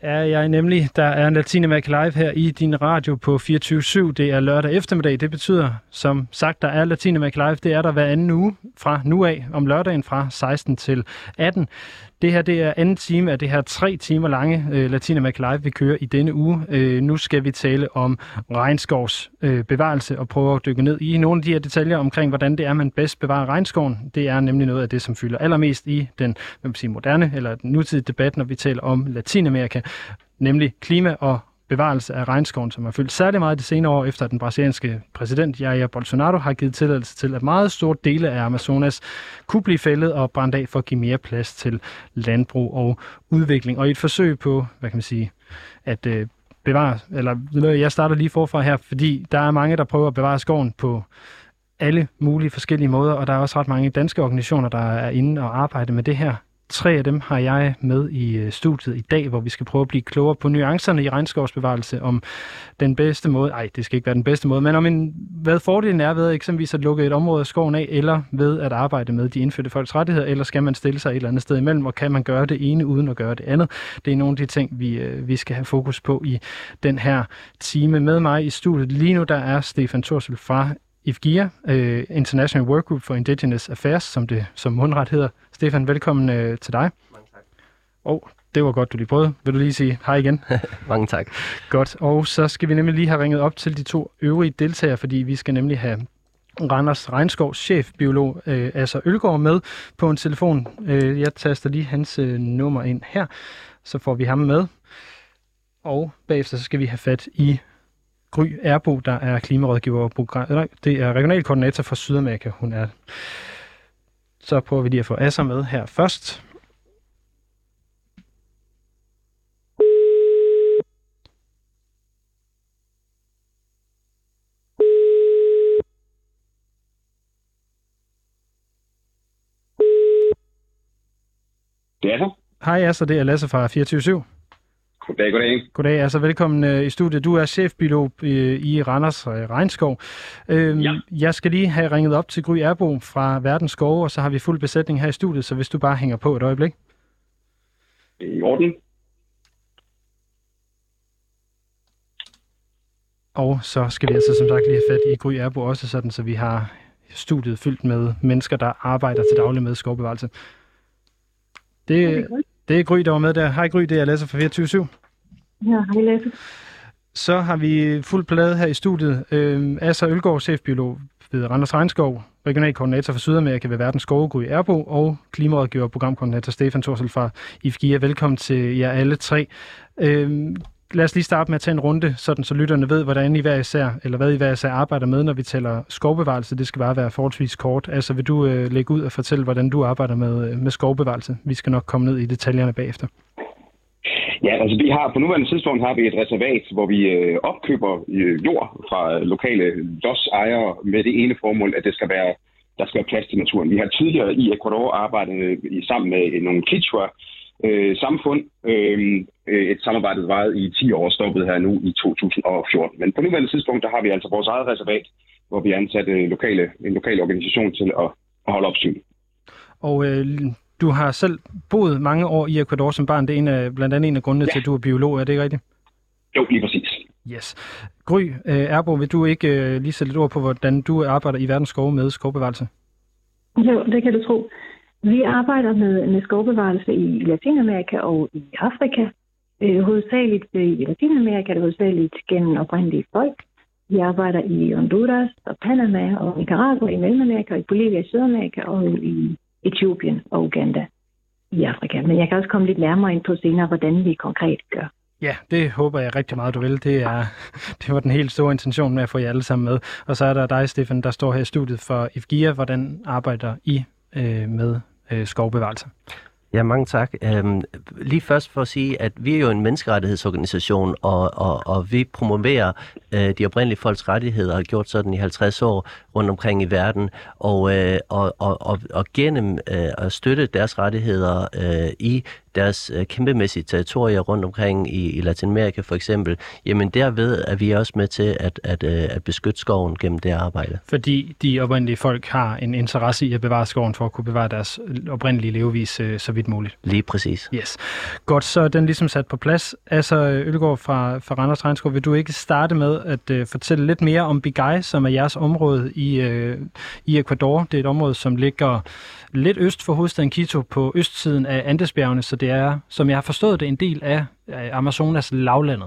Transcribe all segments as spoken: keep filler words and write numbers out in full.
er jeg nemlig. Der er Latinamerika Live her i din radio på fireogtyve syv. Det er lørdag eftermiddag. Det betyder, som sagt, der er Latinamerika Live. Det er der hver anden uge fra nu af, om lørdagen fra seksten til atten. Det her det er anden time af det her tre timer lange øh, Latinamerika Live, vi kører i denne uge. Øh, nu skal vi tale om regnskovs øh, bevarelse og prøve at dykke ned i nogle af de her detaljer omkring, hvordan det er, man bedst bevarer regnskoven. Det er nemlig noget af det, som fylder allermest i den hvad man siger, moderne eller den nutidige debat, når vi taler om Latinamerika, nemlig klima og bevarelse af regnskoven, som har fyldt særlig meget de senere år, efter at den brasilianske præsident Jair Bolsonaro har givet tilladelse til, at meget store dele af Amazonas kunne blive fældet og brændt af for at give mere plads til landbrug og udvikling. Og i et forsøg på, hvad kan man sige, at øh, bevare, eller jeg starter lige forfra her, fordi der er mange, der prøver at bevare skoven på alle mulige forskellige måder, og der er også ret mange danske organisationer, der er inde og arbejder med det her. Tre af dem har jeg med i studiet i dag, hvor vi skal prøve at blive klogere på nuancerne i regnskovsbevarelse, om den bedste måde, ej, det skal ikke være den bedste måde, men om en, hvad fordelen er ved eksempelvis at lukke et område af skoven af, eller ved at arbejde med de indfødte folks rettigheder, eller skal man stille sig et eller andet sted imellem, og kan man gøre det ene uden at gøre det andet? Det er nogle af de ting, vi, vi skal have fokus på i den her time. Med mig i studiet lige nu, der er Stefan Thorsø fra I F G I A, uh, International Workgroup for Indigenous Affairs, som det som mundret hedder. Stefan, velkommen uh, til dig. Mange tak. Og det var godt, du lige prøvede. Vil du lige sige hej igen? Mange tak. Godt, og så skal vi nemlig lige have ringet op til de to øvrige deltagere, fordi vi skal nemlig have Randers Regnskovs chefbiolog uh, Asser Ølgaard med på en telefon. Uh, jeg taster lige hans uh, nummer ind her, så får vi ham med. Og bagefter så skal vi have fat i Gry Erbo, der er klimarådgiver og program... Nej, det er regionalkoordinator for Sydamerika, hun er. Så prøver vi lige at få Asser med her først. Det er så. Hej Asser, det er Lasse fra fireogtyve syv. Goddag, goddag. Goddag, altså velkommen øh, i studiet. Du er chefbiolog øh, i Randers øh, Regnskov. Øhm, ja. Jeg skal lige have ringet op til Gry Erbo fra Verdens Skove, og så har vi fuld besætning her i studiet, så hvis du bare hænger på et øjeblik. I orden. Og så skal vi altså som sagt lige have fat i Gry Erbo også, sådan, så vi har studiet fyldt med mennesker, der arbejder til daglig med skovbevarelse. Det, det er Gry, der var med der. Hej Gry, det er Lasse fra fireogtyve syv. Ja, hej Lasse. Så har vi fuld plade her i studiet. Øh, Asser Ølgaard, chefbiolog ved Randers Regnskov, regionalkoordinator for Sydamerika ved Verdens Skove, Gry Erbo, og klimarådgiver og programkoordinator Stefan Thorsø fra I F G I A. Velkommen til jer alle tre. Øh, lad os lige starte med at tage en runde, sådan så lytterne ved, hvordan I hver især, eller hvad I hver især arbejder med, når vi taler skovbevarelse. Det skal bare være forholdsvis kort. Altså, vil du øh, lægge ud og fortælle, hvordan du arbejder med, med skovbevarelse? Vi skal nok komme ned i detaljerne bagefter. Ja, altså vi har på nuværende tidspunkt har vi et reservat, hvor vi øh, opkøber øh, jord fra lokale lodsejere med det ene formål, at det skal være, der skal være plads til naturen. Vi har tidligere i Ecuador arbejdet i, sammen med nogle Quechua øh, samfund. Øh, et samarbejde varet i ti år, stoppet her nu i to tusind og fjorten. Men på nuværende tidspunkt, der har vi altså vores eget reservat, hvor vi har ansat øh, lokale, en lokal organisation til at, at holde opsyn. Og øh, du har selv boet mange år i Ecuador som barn. Det er en af, blandt andet en af grundene ja. til, at du er biolog. Er det ikke rigtigt? Jo, lige præcis. Yes. Gry øh, Erbo, vil du ikke øh, lige sætte lidt ord på, hvordan du arbejder i Verdens Skove med skovbevarelse? Jo, det kan du tro. Vi arbejder med, med skovbevarelse i Latinamerika og i Afrika. Øh, hovedsageligt i Latinamerika er det hovedsageligt gennem oprindelige folk. Vi arbejder i Honduras og Panama og Nicaragua i Mellemamerika, og i Bolivia i Sydamerika og i Etiopien og Uganda i Afrika. Men jeg kan også komme lidt nærmere ind på senere, hvordan vi konkret gør. Ja, det håber jeg rigtig meget, du vil. Det, er, det var den helt store intention med at få jer alle sammen med. Og så er der dig, Stefan, der står her i studiet for I F G I A. Hvordan arbejder I øh, med øh, skovbevarelse? Ja, mange tak. Øhm, lige først for at sige, at vi er jo en menneskerettighedsorganisation, og, og, og vi promoverer øh, de oprindelige folks rettigheder, og har gjort sådan i halvtreds år rundt omkring i verden, og, øh, og, og, og, og gennem øh, at støtte deres rettigheder øh, i deres øh, kæmpemæssige territorier rundt omkring i, i Latinamerika for eksempel, jamen derved er vi også med til at, at, at, at beskytte skoven gennem det arbejde. Fordi de oprindelige folk har en interesse i at bevare skoven for at kunne bevare deres oprindelige levevis, så vidt vidt muligt. Lige præcis. Yes. Godt, så er den ligesom sat på plads. Altså, Ølgaard fra, fra Randers Regnskov, vil du ikke starte med at uh, fortælle lidt mere om Bigay, som er jeres område i, uh, i Ecuador. Det er et område, som ligger lidt øst for hovedstaden Quito på østsiden af Andesbjergene, så det er, som jeg har forstået det, en del af uh, Amazonas lavlandet.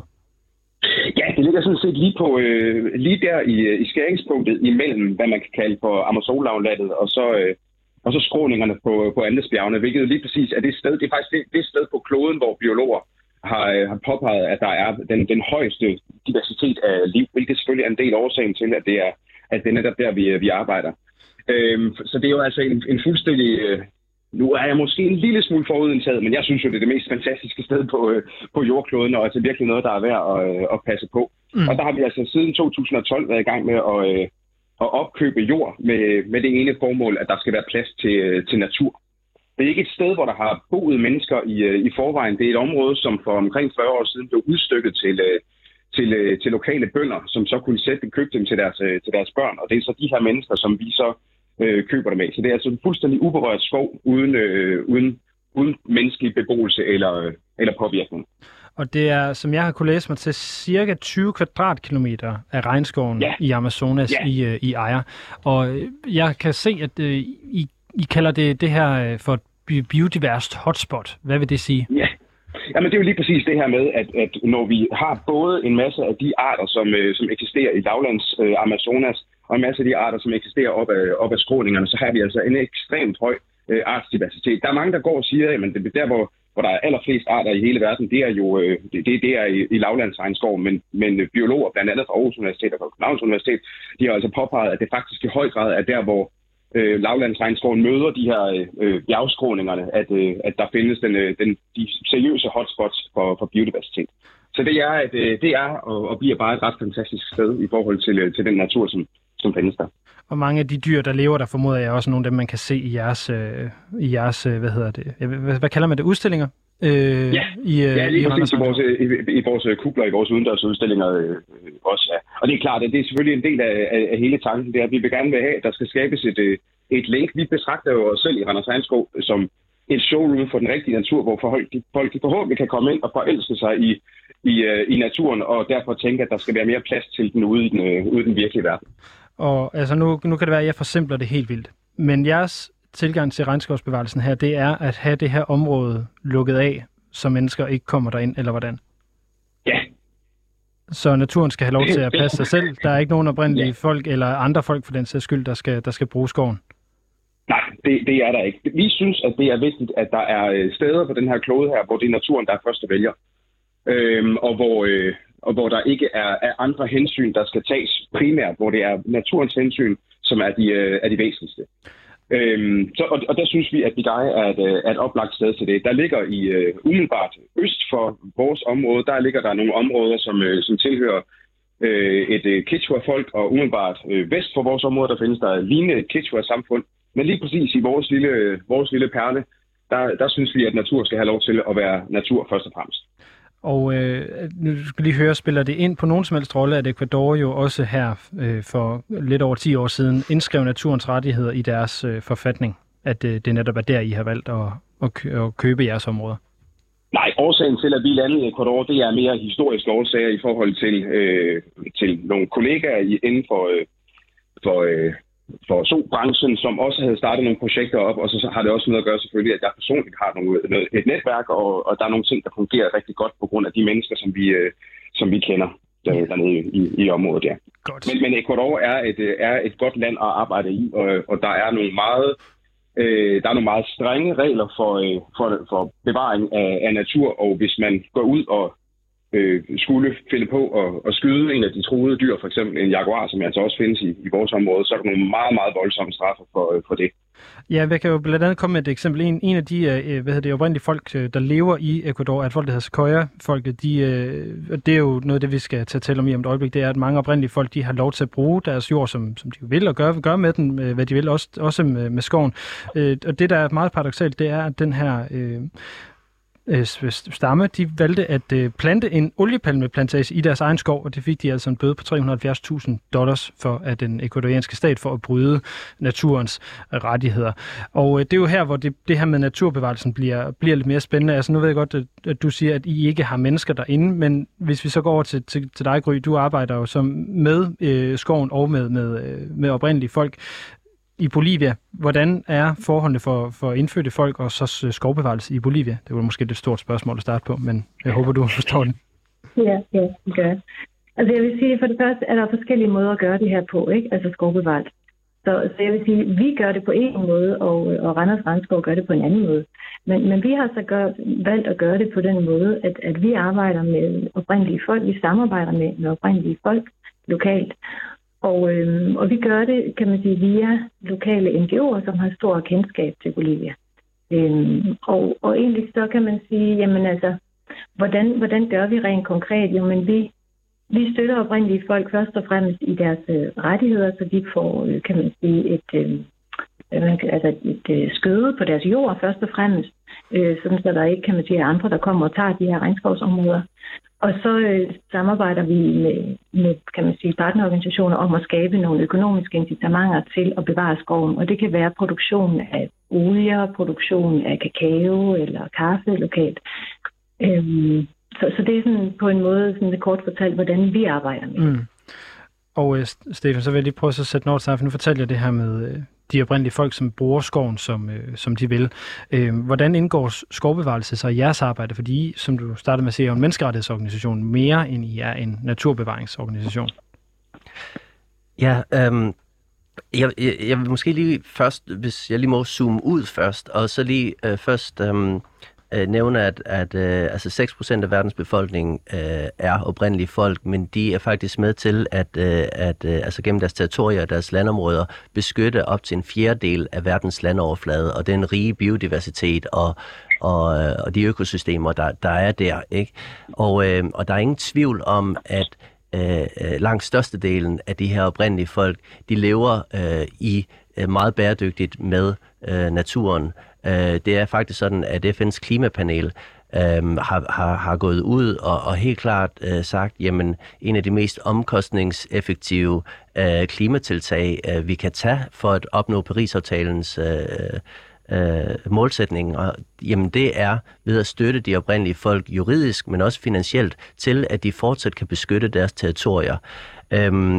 Ja, det ligger sådan set lige på øh, lige der i, i skæringspunktet imellem, hvad man kan kalde for Amazonlavlandet og så øh, og så skråningerne på på Andesbjergene, hvilket lige præcis er det sted. Det er faktisk det, det sted på kloden, hvor biologer har, øh, har påpeget, at der er den, den højeste diversitet af liv, hvilket selvfølgelig er en del af årsagen til, at det er at det er netop der vi vi arbejder. Øhm, så det er jo altså en, en fuldstændig øh, Nu er jeg måske en lille smule forudindtaget, men jeg synes jo, det er det mest fantastiske sted på, øh, på jordkloden, og altså virkelig noget, der er værd at, øh, at passe på. Mm. Og der har vi altså siden to tusind og tolv været i gang med at, øh, at opkøbe jord med, med det ene formål, at der skal være plads til, øh, til natur. Det er ikke et sted, hvor der har boet mennesker i, øh, i forvejen. Det er et område, som for omkring fyrre år siden blev udstykket til, øh, til, øh, til lokale bønder, som så kunne sætte købe dem til deres, øh, til deres børn. Og det er så de her mennesker, som vi så Øh, køber det med. Så det er altså en fuldstændig uberørt skov uden, øh, uden, uden menneskelig beboelse eller, øh, eller påvirkning. Og det er, som jeg har kunne læse mig til, cirka tyve kvadratkilometer af regnskoven ja. i Amazonas ja. i, øh, i ejer. Og jeg kan se, at øh, I, I kalder det, det her for et biodiverst hotspot. Hvad vil det sige? Ja. Jamen, det er jo lige præcis det her med, at, at når vi har både en masse af de arter, som, øh, som eksisterer i lavlands øh, Amazonas, og en masse af de arter, som eksisterer op ad, op ad skråningerne, så har vi altså en ekstremt høj øh, artsdiversitet. Der er mange, der går og siger, at det der, hvor, hvor der er allerflest arter i hele verden, det er jo øh, det, det er i, i lavlandsregnskov, men, men biologer, blandt andet fra Aarhus Universitet og fra Københavns Universitet, de har altså påpeget, at det faktisk i høj grad er der, hvor øh, lavlandsregnskoven møder de her øh, bjergskråningerne, at, øh, at der findes den, øh, den, de seriøse hotspots for, for biodiversitet. Så det er, at, øh, det er og, og bliver bare et ret fantastisk sted i forhold til, øh, til den natur, som som findes der. Og mange af de dyr, der lever der, formoder jeg også nogle af dem, man kan se i jeres, øh, i jeres øh, hvad hedder det, hvad, hvad kalder man det, udstillinger? Øh, ja, i, øh, ja, lige præcis i vores, i, i vores kubler, i vores udendørsudstillinger øh, også, ja. Og det er klart, at det er selvfølgelig en del af, af, af hele tanken, det er, at vi vil gerne vil have, at der skal skabes et, et link. Vi betragter jo os selv i Randers Regnskov som et showroom for den rigtige natur, hvor folk, folk forhåbentlig kan komme ind og forelske sig i, i, i naturen, og derfor tænke, at der skal være mere plads til den ude i den, ude i den virkelige verden. Og altså nu, nu kan det være, at jeg forsimpler det helt vildt. Men jeres tilgang til regnskovsbevarelsen her, det er at have det her område lukket af, så mennesker ikke kommer derind, eller hvordan? Ja. Så naturen skal have lov til at passe sig selv. Der er ikke nogen oprindelige ja. folk, eller andre folk for den sags skyld, der skal, der skal bruge skoven? Nej, det, det er der ikke. Vi synes, at det er vigtigt, at der er steder på den her klode her, hvor det er naturen, der er første vælger. Øhm, og hvor... Øh, og hvor der ikke er, er andre hensyn, der skal tages primært, hvor det er naturens hensyn, som er de, er de væsentligste. Øhm, så, og, og der synes vi, at Bigay er et, er et oplagt sted til det. Der ligger i uh, umiddelbart øst for vores område, der ligger der nogle områder, som, uh, som tilhører uh, et uh, Quechua-folk, og umiddelbart uh, vest for vores område, der findes der lignende Quechua-samfund. Men lige præcis i vores lille, vores lille perle, der, der synes vi, at natur skal have lov til at være natur først og fremmest. Og øh, nu skal lige høre, spiller det ind på nogen som helst rolle, at Ecuador jo også her øh, for lidt over ti år siden indskrev naturens rettigheder i deres øh, forfatning, at øh, det netop er der, I har valgt at, at, kø- at købe jeres områder? Nej, årsagen til, at vi landede i Ecuador, det er mere historiske årsager i forhold til, øh, til nogle kollegaer inden for, øh, for, øh, for solbranchen, som også havde startet nogle projekter op, og så har det også noget at gøre selvfølgelig, at jeg personligt har nogle, et netværk, og, og der er nogle ting, der fungerer rigtig godt på grund af de mennesker, som vi, øh, som vi kender der, dernede i, i området. Ja. Men, men Ecuador er et, er et godt land at arbejde i, og, og der er nogle meget øh, der er nogle meget strenge regler for, øh, for, for bevaring af, af natur, og hvis man går ud og øh, skulle finde på at, at skyde en af de truede dyr, for eksempel en jaguar, som altså også findes i, i vores område, så er der nogle meget, meget voldsomme straffe for, for det. Ja, jeg kan jo blandt andet komme med et eksempel. En, en af de hvad hedder det, oprindelige folk, der lever i Ecuador, er et folk, der hedder Sequoia-folket. De, det er jo noget af det, vi skal tage til om i om et øjeblik. Det er, at mange oprindelige folk, de har lov til at bruge deres jord, som, som de vil, og gøre, gøre med den, hvad de vil, også, også med, med skoven. Og det, der er meget paradoksalt, det er, at den her... Øh, øh, stamme, de valgte at øh, plante en oliepalmeplantage i deres egen skov, og det fik de altså en bøde på tre hundrede og halvfjerds tusind dollars for af den ekvadorianske stat for at bryde naturens rettigheder. Og øh, det er jo her, hvor det, det her med naturbevarelsen bliver, bliver lidt mere spændende. Altså nu ved jeg godt, at, at du siger, at I ikke har mennesker derinde, men hvis vi så går over til, til, til dig, Gry, du arbejder jo som med øh, skoven og med, med, med oprindelige folk i Bolivia. Hvordan er forholdene for, for indfødte folk og så skovbevarelse i Bolivia? Det var måske et stort spørgsmål at starte på, men jeg håber, du forstår det. Ja, ja, det gør. Altså jeg vil sige, for det første er der forskellige måder at gøre det her på, ikke? Altså skovbevarelse. Så, så jeg vil sige, vi gør det på en måde, og, og Randers Regnskov gør det på en anden måde. Men, men vi har så gør, valgt at gøre det på den måde, at, at vi arbejder med oprindelige folk. Vi samarbejder med, med oprindelige folk lokalt. Og, øhm, og vi gør det, kan man sige, via lokale N G O'er, som har stor kendskab til Bolivia. Øhm, og, og egentlig så kan man sige, jamen altså, hvordan, hvordan gør vi rent konkret? Jamen vi, vi støtter oprindelige folk først og fremmest i deres øh, rettigheder, så de får, øh, kan man sige, et, øh, altså et øh, skøde på deres jord først og fremmest. Øh, sådan så der ikke, kan man sige, andre, der kommer og tager de her regnskovsområder. Og så øh, samarbejder vi med, med, kan man sige, partnerorganisationer om at skabe nogle økonomiske incitamenter til at bevare skoven. Og det kan være produktion af olier, produktion af kakao eller kaffe lokalt. Øhm, så, så det er sådan på en måde sådan kort fortalt, hvordan vi arbejder med. Mm. Og øh, Stefan, så vil jeg lige prøve at sætte noget sammen, for nu fortæller jeg det her med øh, de oprindelige folk, som bruger skoven, som, øh, som de vil. Øh, hvordan indgår skovbevarelse så i jeres arbejde? Fordi, som du startede med at sige, er jo en menneskerettighedsorganisation mere, end I er en naturbevaringsorganisation. Ja, øhm, jeg, jeg, jeg vil måske lige først, hvis jeg lige må zoome ud først, og så lige øh, først øhm, øh, nævne, at, at øh, altså seks procent af verdens befolkning øh, er oprindelige folk, men de er faktisk med til at, øh, at øh, altså gennem deres territorier og deres landområder beskytte op til en fjerdedel af verdens landoverflade, og den rige biodiversitet og, og, og de økosystemer, der, der er der, ikke? Og, øh, og der er ingen tvivl om, at øh, langt størstedelen af de her oprindelige folk, de lever øh, i øh, meget bæredygtigt med øh, naturen. Det er faktisk sådan, at F N's klimapanel øhm, har, har, har gået ud og, og helt klart øh, sagt, jamen en af de mest omkostningseffektive øh, klimatiltag, øh, vi kan tage for at opnå Paris-aftalens øh, øh, målsætning, og, jamen det er ved at støtte de oprindelige folk juridisk, men også finansielt, til at de fortsat kan beskytte deres territorier. Øhm,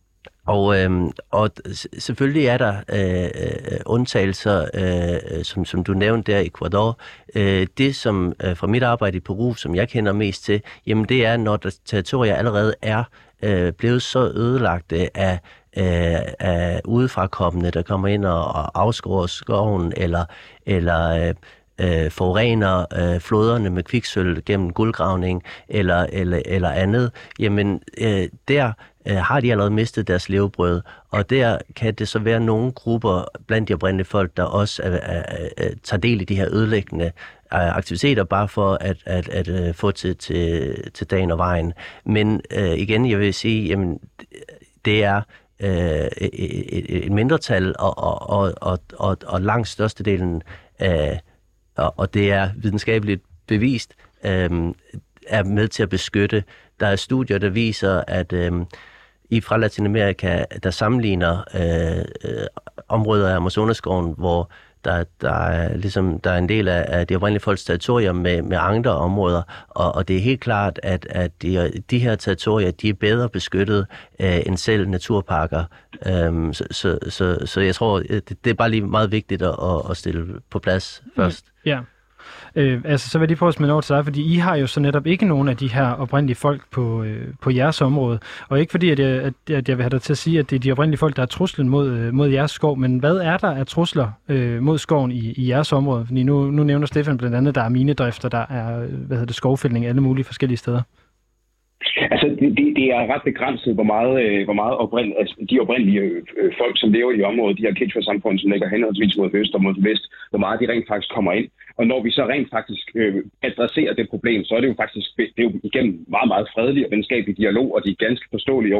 Og, øhm, og selvfølgelig er der øh, undtagelser, øh, som, som du nævnte der i Ecuador. Øh, det, som øh, fra mit arbejde i Peru, som jeg kender mest til, jamen det er, når der territorier allerede er øh, blevet så ødelagte af, øh, af udefrakommende, der kommer ind og, og afskårer skoven, eller, eller øh, øh, forurener øh, floderne med kviksølv gennem guldgravning, eller, eller, eller andet. Jamen øh, der har de allerede mistet deres levebrød, og der kan det så være nogle grupper blandt de oprindelige folk, der også er, er, er, tager del i de her ødelæggende aktiviteter, bare for at, at, at, at få til, til, til dagen og vejen. Men øh, igen, jeg vil sige, jamen, det er øh, et, et mindretal, og, og, og, og, og langt størstedelen, øh, og, og det er videnskabeligt bevist, øh, er med til at beskytte. Der er studier, der viser, at øh, i fra Latinamerika, der sammenligner øh, øh, områder af Amazonaskoven, hvor der, der, er, ligesom, der er en del af, af de oprindelige folks territorier med, med andre områder, og, og det er helt klart, at, at de, de her territorier, de er bedre beskyttet øh, end selv naturparker. Um, så, så, så, så jeg tror, det, det er bare lige meget vigtigt at, at stille på plads først. Ja. Øh, altså, så vil jeg lige prøve at smide over til dig, fordi I har jo så netop ikke nogen af de her oprindelige folk på, øh, på jeres område. Og ikke fordi, at jeg, at, at jeg vil have dig til at sige, at det er de oprindelige folk, der er truslen mod, øh, mod jeres skov, men hvad er der af trusler øh, mod skoven i, i jeres område? Fordi nu, nu nævner Stefan blandt andet, der er minedrifter, der er hvad hedder det, skovfældning alle mulige forskellige steder. Altså, det, det er ret begrænset, hvor meget, hvor meget oprind, altså, de oprindelige øh, folk, som lever i området, de her Quechua-samfund, som ligger henholdsvis mod øst og mod vest, hvor meget de rent faktisk kommer ind. Og når vi så rent faktisk øh, adresserer det problem, så er det jo faktisk det er jo igennem meget, meget fredelig og venskabelig dialog, og de er ganske forståelige over,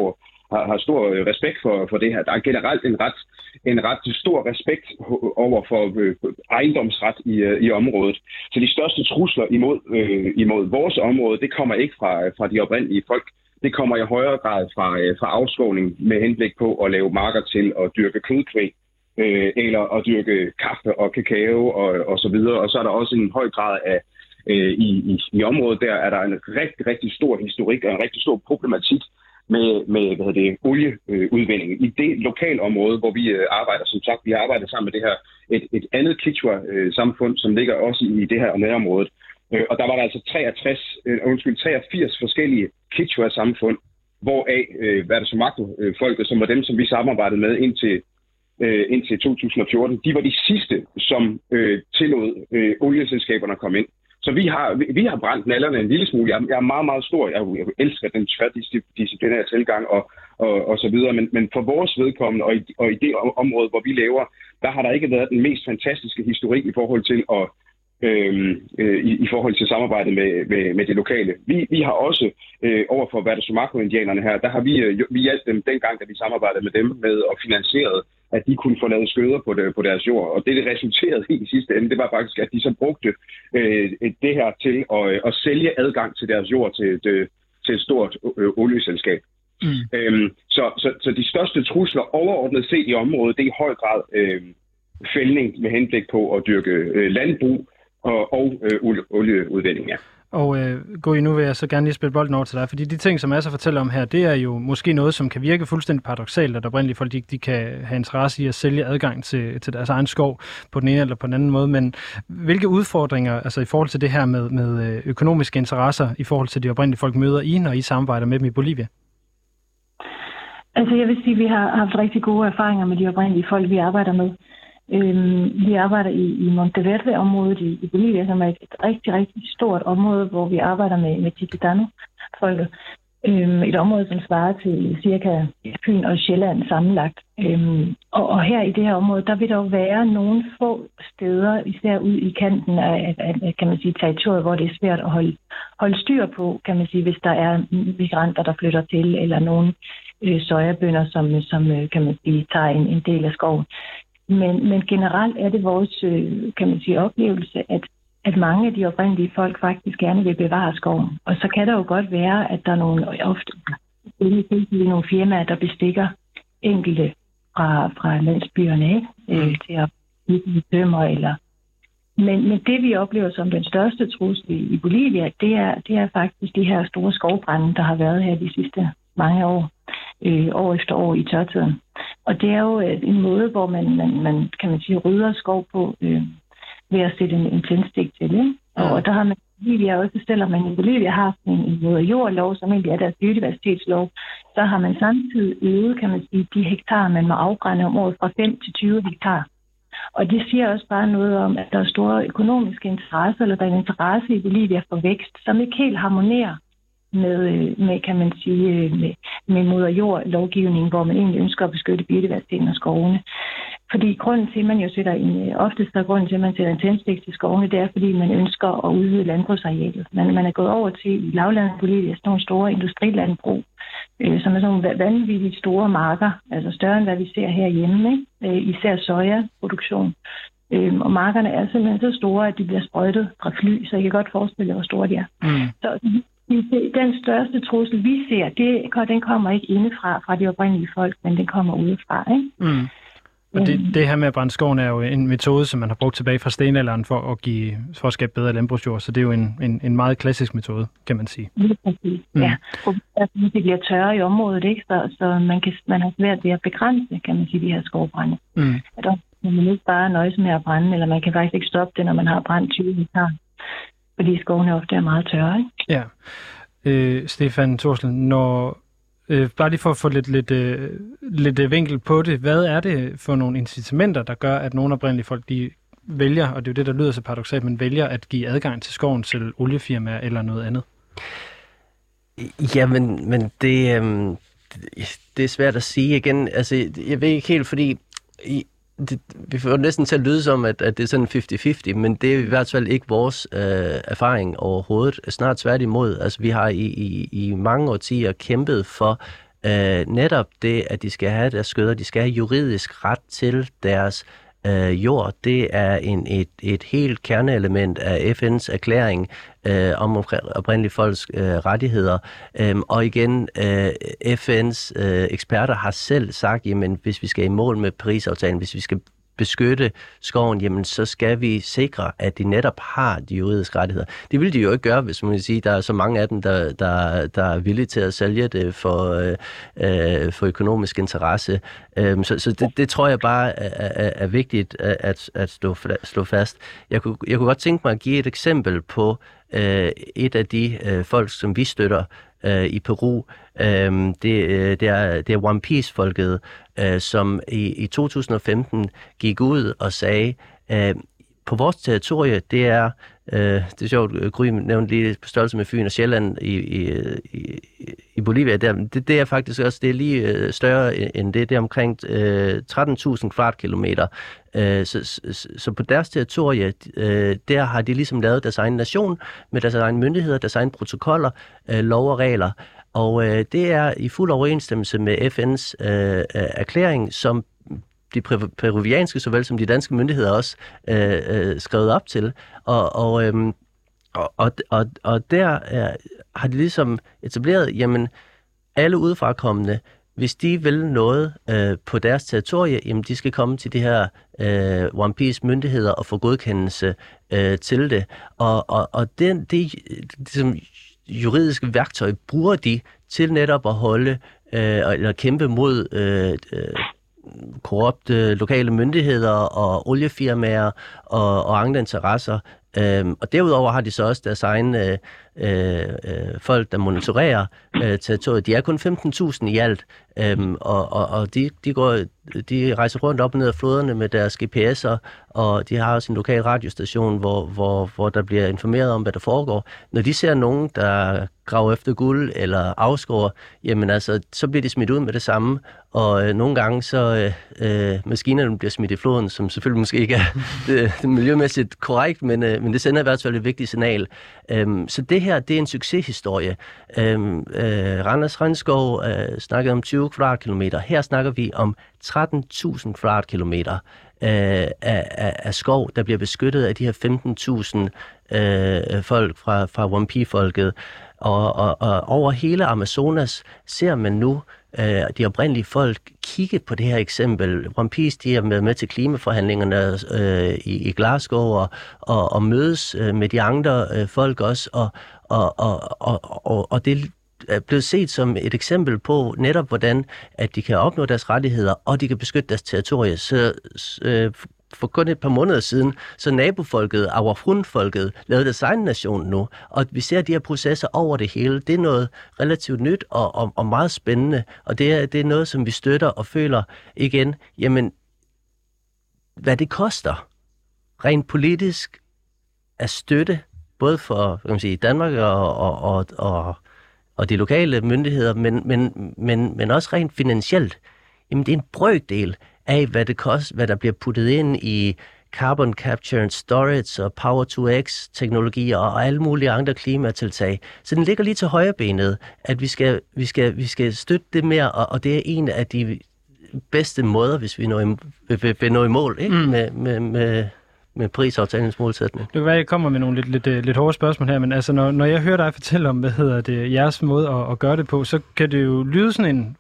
har, har stor respekt for, for det her. Der er generelt en ret, en ret stor respekt over for øh, ejendomsret i, øh, i området. Så de største trusler imod, øh, imod vores område, det kommer ikke fra, fra de oprindelige folk. Det kommer i højere grad fra, øh, fra afskovning med henblik på at lave marker til at dyrke kødkvæg, øh, eller at dyrke kaffe og kakao og, og så videre. Og så er der også en høj grad af, øh, i, i, i området der er der en rigtig, rigtig stor historik og en rigtig stor problematik med, med hvad hedder det, olieudvinding. I det lokale område, hvor vi øh, arbejder, som sagt, vi arbejder sammen med det her, et, et andet Kichwa-samfund, som ligger også i, i det her nærområdet. Øh, og der var der altså treogtres, øh, undskyld, treogfirs forskellige Kichwa-samfund, hvoraf øh, Werdesomako-folket, som var dem, som vi samarbejdede med indtil, øh, indtil to tusind og fjorten, de var de sidste, som øh, tillod øh, olieselskaberne at komme ind. Så vi har, vi, vi har brændt nallerne en lille smule. Jeg, jeg er meget, meget stor. Jeg, jeg elsker den tværdisciplinære tilgang og, og, og så videre. Men, men for vores vedkommende og i, og i det område, hvor vi lever, der har der ikke været den mest fantastiske historik i forhold til at øh, øh, i, i forhold til samarbejdet med, med, med det lokale. Vi, vi har også øh, over for Werdesomako-indianerne her, der har vi, øh, vi hjalp dem dengang, da vi samarbejdede med dem med at finansiere, at de kunne få lavet skøder på, det, på deres jord. Og det, det resulterede i i sidste ende, det var faktisk, at de så brugte øh, det her til at, at sælge adgang til deres jord til, til, til et stort øh, olieselskab. Mm. Øhm, så, så, så de største trusler overordnet set i området, det er i høj grad øh, fældning med henblik på at dyrke øh, landbrug og, og øh, olieudvinding, ja. Og øh, Guri, nu vil jeg så gerne lige spille bolden over til dig, fordi de ting, som Asser fortæller om her, det er jo måske noget, som kan virke fuldstændig paradoksalt, at oprindelige folk de, de kan have interesse i at sælge adgang til, til deres egen skov på den ene eller på den anden måde, men hvilke udfordringer, altså i forhold til det her med, med økonomiske interesser, i forhold til de oprindelige folk møder I, når I samarbejder med dem i Bolivia? Altså jeg vil sige, at vi har haft rigtig gode erfaringer med de oprindelige folk, vi arbejder med. Øhm, vi arbejder i, i Monteverde-området i, i Bolivia, som er et, et rigtig, rigtig stort område, hvor vi arbejder med, med Chiquitano-folket. Øhm, et område, som svarer til cirka Fyn og Sjælland sammenlagt. Øhm, og, og her i det her område, der vil der jo være nogle få steder, især ud i kanten af, af, af kan man sige, territoriet, hvor det er svært at holde, holde styr på, kan man sige, hvis der er migranter, der flytter til, eller nogle øh, sojabønder, som, som kan man sige, tager en, en del af skoven. Men, men generelt er det vores, kan man sige, oplevelse, at, at mange af de oprindelige folk faktisk gerne vil bevare skoven. Og så kan der jo godt være, at der er nogle, ofte nogle firmaer, der bestikker enkelte fra, fra landsbyerne, ikke? Øh, til at bygge tømmer eller... Men, men det, vi oplever som den største trussel i, i Bolivia, det er, det er faktisk de her store skovbrænde, der har været her de sidste mange år. Øh, år efter år i tørtiden. Og det er jo øh, en måde, hvor man, man, man kan man sige, rydder skov på øh, ved at sætte en, en tændstik til. Ikke? Og, ja. og der har man i Bolivia også, selvom man i Bolivia har haft en, en måde jordlov, som egentlig er deres biodiversitetslov, så har man samtidig øget, kan man sige, de hektar, man må afbrænde om året fra fem til tyve hektar. Og det siger også bare noget om, at der er store økonomiske interesser, eller der er en interesse i Bolivia for vækst, som ikke helt harmonerer med, med kan man sige, med, med moder jord lovgivning, hvor man egentlig ønsker at beskytte biodiversiteten og skovene. Fordi grunden til, at man jo sætter en, oftest er grunden til, at man sætter en tændstik til skovene, det er, fordi man ønsker at udvide landbrugsarealet. Man, man er gået over til i lavlandet Bolivia sådan nogle store industrilandbrug, øh, som er sådan nogle vanvittigt store marker, altså større end hvad vi ser herhjemme, ikke? Øh, især sojaproduktion. Øh, og markerne er simpelthen så store, at de bliver sprøjtet fra fly, så I kan godt forestille jer, hvor store de er. Mm. Så den største trussel, vi ser, det, den kommer ikke indefra fra de oprindelige folk, men den kommer udefra, ikke? Mm. Og det, det her med at brænde skoven er jo en metode, som man har brugt tilbage fra stenalderen for at, give, for at skabe bedre landbrugsjord, så det er jo en, en, en meget klassisk metode, kan man sige. Lige præcis, mm. ja. Det bliver tørre i området, ikke? Så, så man, kan, man har svært ved at begrænse, kan man sige, de her skovbrænde. Mm. At man vil ikke bare nøjes med at brænde, eller man kan faktisk ikke stoppe det, når man har brændt tyve hektar. Fordi skovene ofte er meget tørre, ikke? Ja. Øh, Stefan Thorslev, når, øh, bare lige for at få lidt, lidt, øh, lidt vinkel på det, hvad er det for nogle incitamenter, der gør, at nogle oprindelige folk, de vælger, og det er jo det, der lyder så paradoksalt, men vælger at give adgang til skoven til oliefirmaer eller noget andet? Ja, men, men det, øh, det er svært at sige igen. Altså, jeg ved ikke helt, fordi... I, Det, vi får næsten til at lyde som, at, at det er sådan halvtreds halvtreds, men det er i hvert fald ikke vores øh, erfaring overhovedet. Snart tværtimod. Altså, vi har i, i, i mange årtier kæmpet for, øh, netop det, at de skal have deres skøder, de skal have juridisk ret til deres øh, jord. Det er en, et, et helt kerneelement af F N's erklæring øh, om oprindelige folks øh, rettigheder. Øhm, og igen, øh, F N's øh, eksperter har selv sagt, jamen hvis vi skal i mål med Paris-aftalen, hvis vi skal beskytte skoven, jamen så skal vi sikre, at de netop har de juridiske rettigheder. Det vil de jo ikke gøre, hvis man kan sige, der er så mange af dem, der, der, der er villige til at sælge det for, øh, for økonomisk interesse. Um, så så det, det tror jeg bare er, er, er vigtigt at, at stå, slå fast. Jeg kunne, jeg kunne godt tænke mig at give et eksempel på øh, et af de øh, folk, som vi støtter øh, i Peru. Um, det, øh, det, er, det er One Piece-folket, øh, som i, i to tusind og femten gik ud og sagde, øh, på vores territorie, det er, øh, det er sjovt, Gry nævnte lige på størrelse med Fyn og Sjælland i, i, i, i Bolivia, der, det, det er faktisk også, det er lige øh, større end det, det er omkring øh, tretten tusind kvadratkilometer. Øh, så, så, så på deres territorie, øh, der har de ligesom lavet deres egen nation, med deres egen myndigheder, deres egen protokoller, øh, lov og regler. Og øh, det er i fuld overensstemmelse med F N's øh, erklæring, som de peruvianske såvel som de danske myndigheder også øh, øh, skrevet op til. Og, og, øh, og, og, og der er, har de ligesom etableret, jamen alle udefrakommende, hvis de vil noget øh, på deres territorie, jamen de skal komme til de her øh, One Piece myndigheder og få godkendelse øh, til det. Og, og, og det, det, det som juridiske værktøj bruger de til netop at holde øh, eller kæmpe mod øh, øh, korrupte lokale myndigheder og oliefirmaer og, og andre interesser. Øhm, og derudover har de så også deres egne øh, øh, folk, der monitorerer øh, territoriet. De er kun femten tusind i alt, øhm, og, og, og de, de, går, de rejser rundt op og ned af floderne med deres G P S'er, og de har også en lokal radiostation, hvor, hvor, hvor der bliver informeret om, hvad der foregår. Når de ser nogen, der graver efter guld eller afskår, jamen altså, så bliver de smidt ud med det samme, og øh, nogle gange så øh, maskinerne bliver smidt i floden, som selvfølgelig måske ikke er det, det miljømæssigt korrekt, men, øh, men det sender i hvert fald et vigtigt signal. Øhm, så det her, det er en succeshistorie. Øhm, øh, Randers Regnskov øh, snakkede om tyve kvadratkilometer. Her snakker vi om tretten tusind kvadratkilometer øh, af, af, af skov, der bliver beskyttet af de her femten tusind øh, folk fra, fra One Piece-folket. Og, og, og over hele Amazonas ser man nu øh, de oprindelige folk kigge på det her eksempel. One Piece, de er med, med til klimaforhandlingerne øh, i, i Glasgow og, og, og mødes øh, med de andre øh, folk også. Og, og, og, og, og, og det er blevet set som et eksempel på netop, hvordan at de kan opnå deres rettigheder, og de kan beskytte deres territorie. Så øh, for kun et par måneder siden, så nabofolket, Awafun-folket, lavede deres egen nation nu. Og vi ser de her processer over det hele. Det er noget relativt nyt og, og, og meget spændende. Og det er, det er noget, som vi støtter og føler igen, jamen, hvad det koster rent politisk at støtte, både for kan man sige, Danmark og, og, og, og, og de lokale myndigheder, men, men, men, men også rent finansielt. Jamen, det er en brøkdel af, hvad det koster, hvad der bliver puttet ind i carbon capture and storage og power to x teknologier og alle mulige andre klimatiltag. Så den ligger lige til højrebenet, at vi skal, vi skal, vi skal støtte det mere, og, og det er en af de bedste måder, hvis vi når i, vil, vil nå i mål, ikke? Mm. Med, med, med, med Paris-aftalens målsætning. Det kan være, at jeg kommer med nogle lidt, lidt, lidt hårde spørgsmål her, men altså, når, når jeg hører dig fortælle om, hvad hedder det, jeres måde at, at gøre det på, så kan det jo lyde sådan en,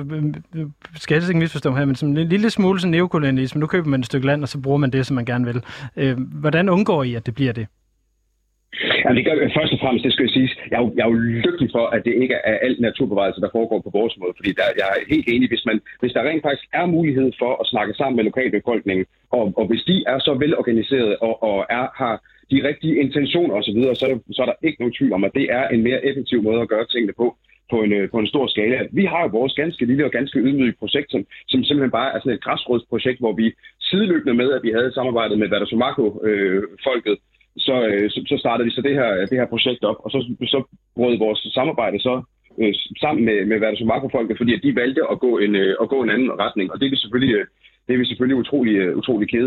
skal jeg ikke misforstå her, men som en lille smule sådan neokolonialisme. Nu køber man et stykke land, og så bruger man det, som man gerne vil. Øh, hvordan undgår I, at det bliver det? Ja, det gør, først og fremmest, det skal jeg sige, jeg er, jo, jeg er jo lykkelig for, at det ikke er alt naturbevarelse, der foregår på vores måde, fordi der, jeg er helt enig, hvis, man, hvis der rent faktisk er mulighed for at snakke sammen med lokalbefolkningen, og, og hvis de er så velorganiseret og, og er, har de rigtige intentioner osv., så, så, så er der ikke nogen tvivl om, at det er en mere effektiv måde at gøre tingene på. På en, på en stor skala. Vi har jo vores ganske lille og ganske ydmyge projekt, som, som simpelthen bare er sådan et græsrodsprojekt, hvor vi sideløbende med, at vi havde samarbejdet med Wadasumaco-folket, øh, så, øh, så, så startede vi så det her, det her projekt op, og så, så brød vores samarbejde så øh, sammen med, med Wadasumaco-folket, fordi at de valgte at gå, en, øh, at gå en anden retning, og det er vi selvfølgelig, det er vi selvfølgelig utrolig, utrolig kede af.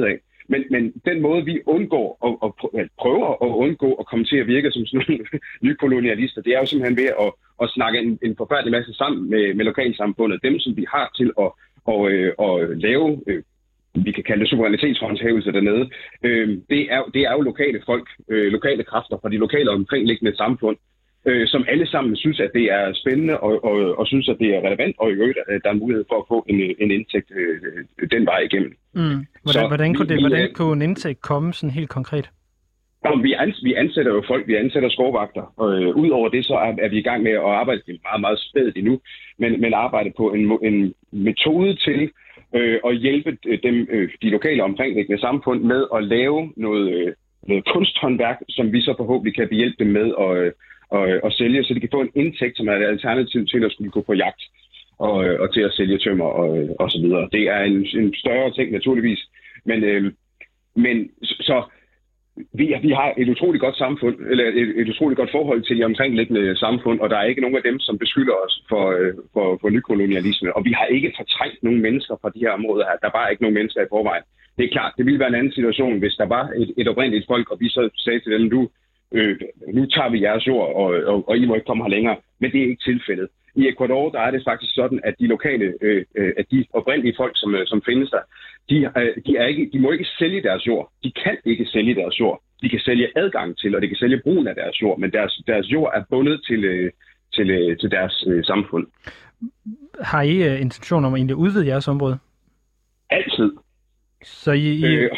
Men, men den måde, vi undgår og, og prøver at undgå at komme til at virke som sådan nogle nykolonialister, det er jo simpelthen ved at, at snakke en, en forfærdelig masse sammen med, med lokalsamfundet. Dem, som vi har til at, at, at, at lave, vi kan kalde det suverænitetshåndhævelse dernede, det er, det er jo lokale folk, lokale kræfter fra de lokale omkringliggende samfund, som alle sammen synes, at det er spændende og, og, og synes, at det er relevant, og i øvrigt, at der er mulighed for at få en, en indtægt øh, den vej igennem. Mm. Hvordan, Så, hvordan, kunne, det, vi, hvordan kunne en indtægt komme sådan helt konkret? Vi, ans, vi ansætter jo folk, vi ansætter skovvagter, og øh, udover det, så er, er vi i gang med at arbejde, det er meget, meget spædt endnu, men, men arbejde på en, en metode til øh, at hjælpe dem, øh, de lokale omkringliggende samfund med at lave noget, øh, noget kunsthåndværk, som vi så forhåbentlig kan hjælpe dem med at øh, Og, og sælge, så de kan få en indtægt, som er et alternativ til at skulle gå på jagt og, og til at sælge tømmer og, og så videre. Det er en, en større ting, naturligvis. Men, øh, men så vi, vi har et utroligt godt samfund, eller et, et utroligt godt forhold til de omkringliggende samfund, og der er ikke nogen af dem, som beskylder os for, for, for nykolonialisme. Og vi har ikke fortrængt nogen mennesker fra de her områder her. Der er bare ikke nogen mennesker i forvejen. Det er klart, det ville være en anden situation, hvis der var et, et oprindeligt folk, og vi så sagde til dem, du Øh, nu tager vi jeres jord, og, og, og I må ikke komme her længere. Men det er ikke tilfældet. I Ecuador, der er det faktisk sådan, at de lokale, øh, at de oprindelige folk, som, som findes der, de, øh, de, er ikke, de må ikke sælge deres jord. De kan ikke sælge deres jord. De kan sælge adgang til, og de kan sælge brugen af deres jord, men deres, deres jord er bundet til, øh, til, øh, til deres øh, samfund. Har I øh, intention om at egentlig udvide jeres område? Altid. Så I... I... Øh,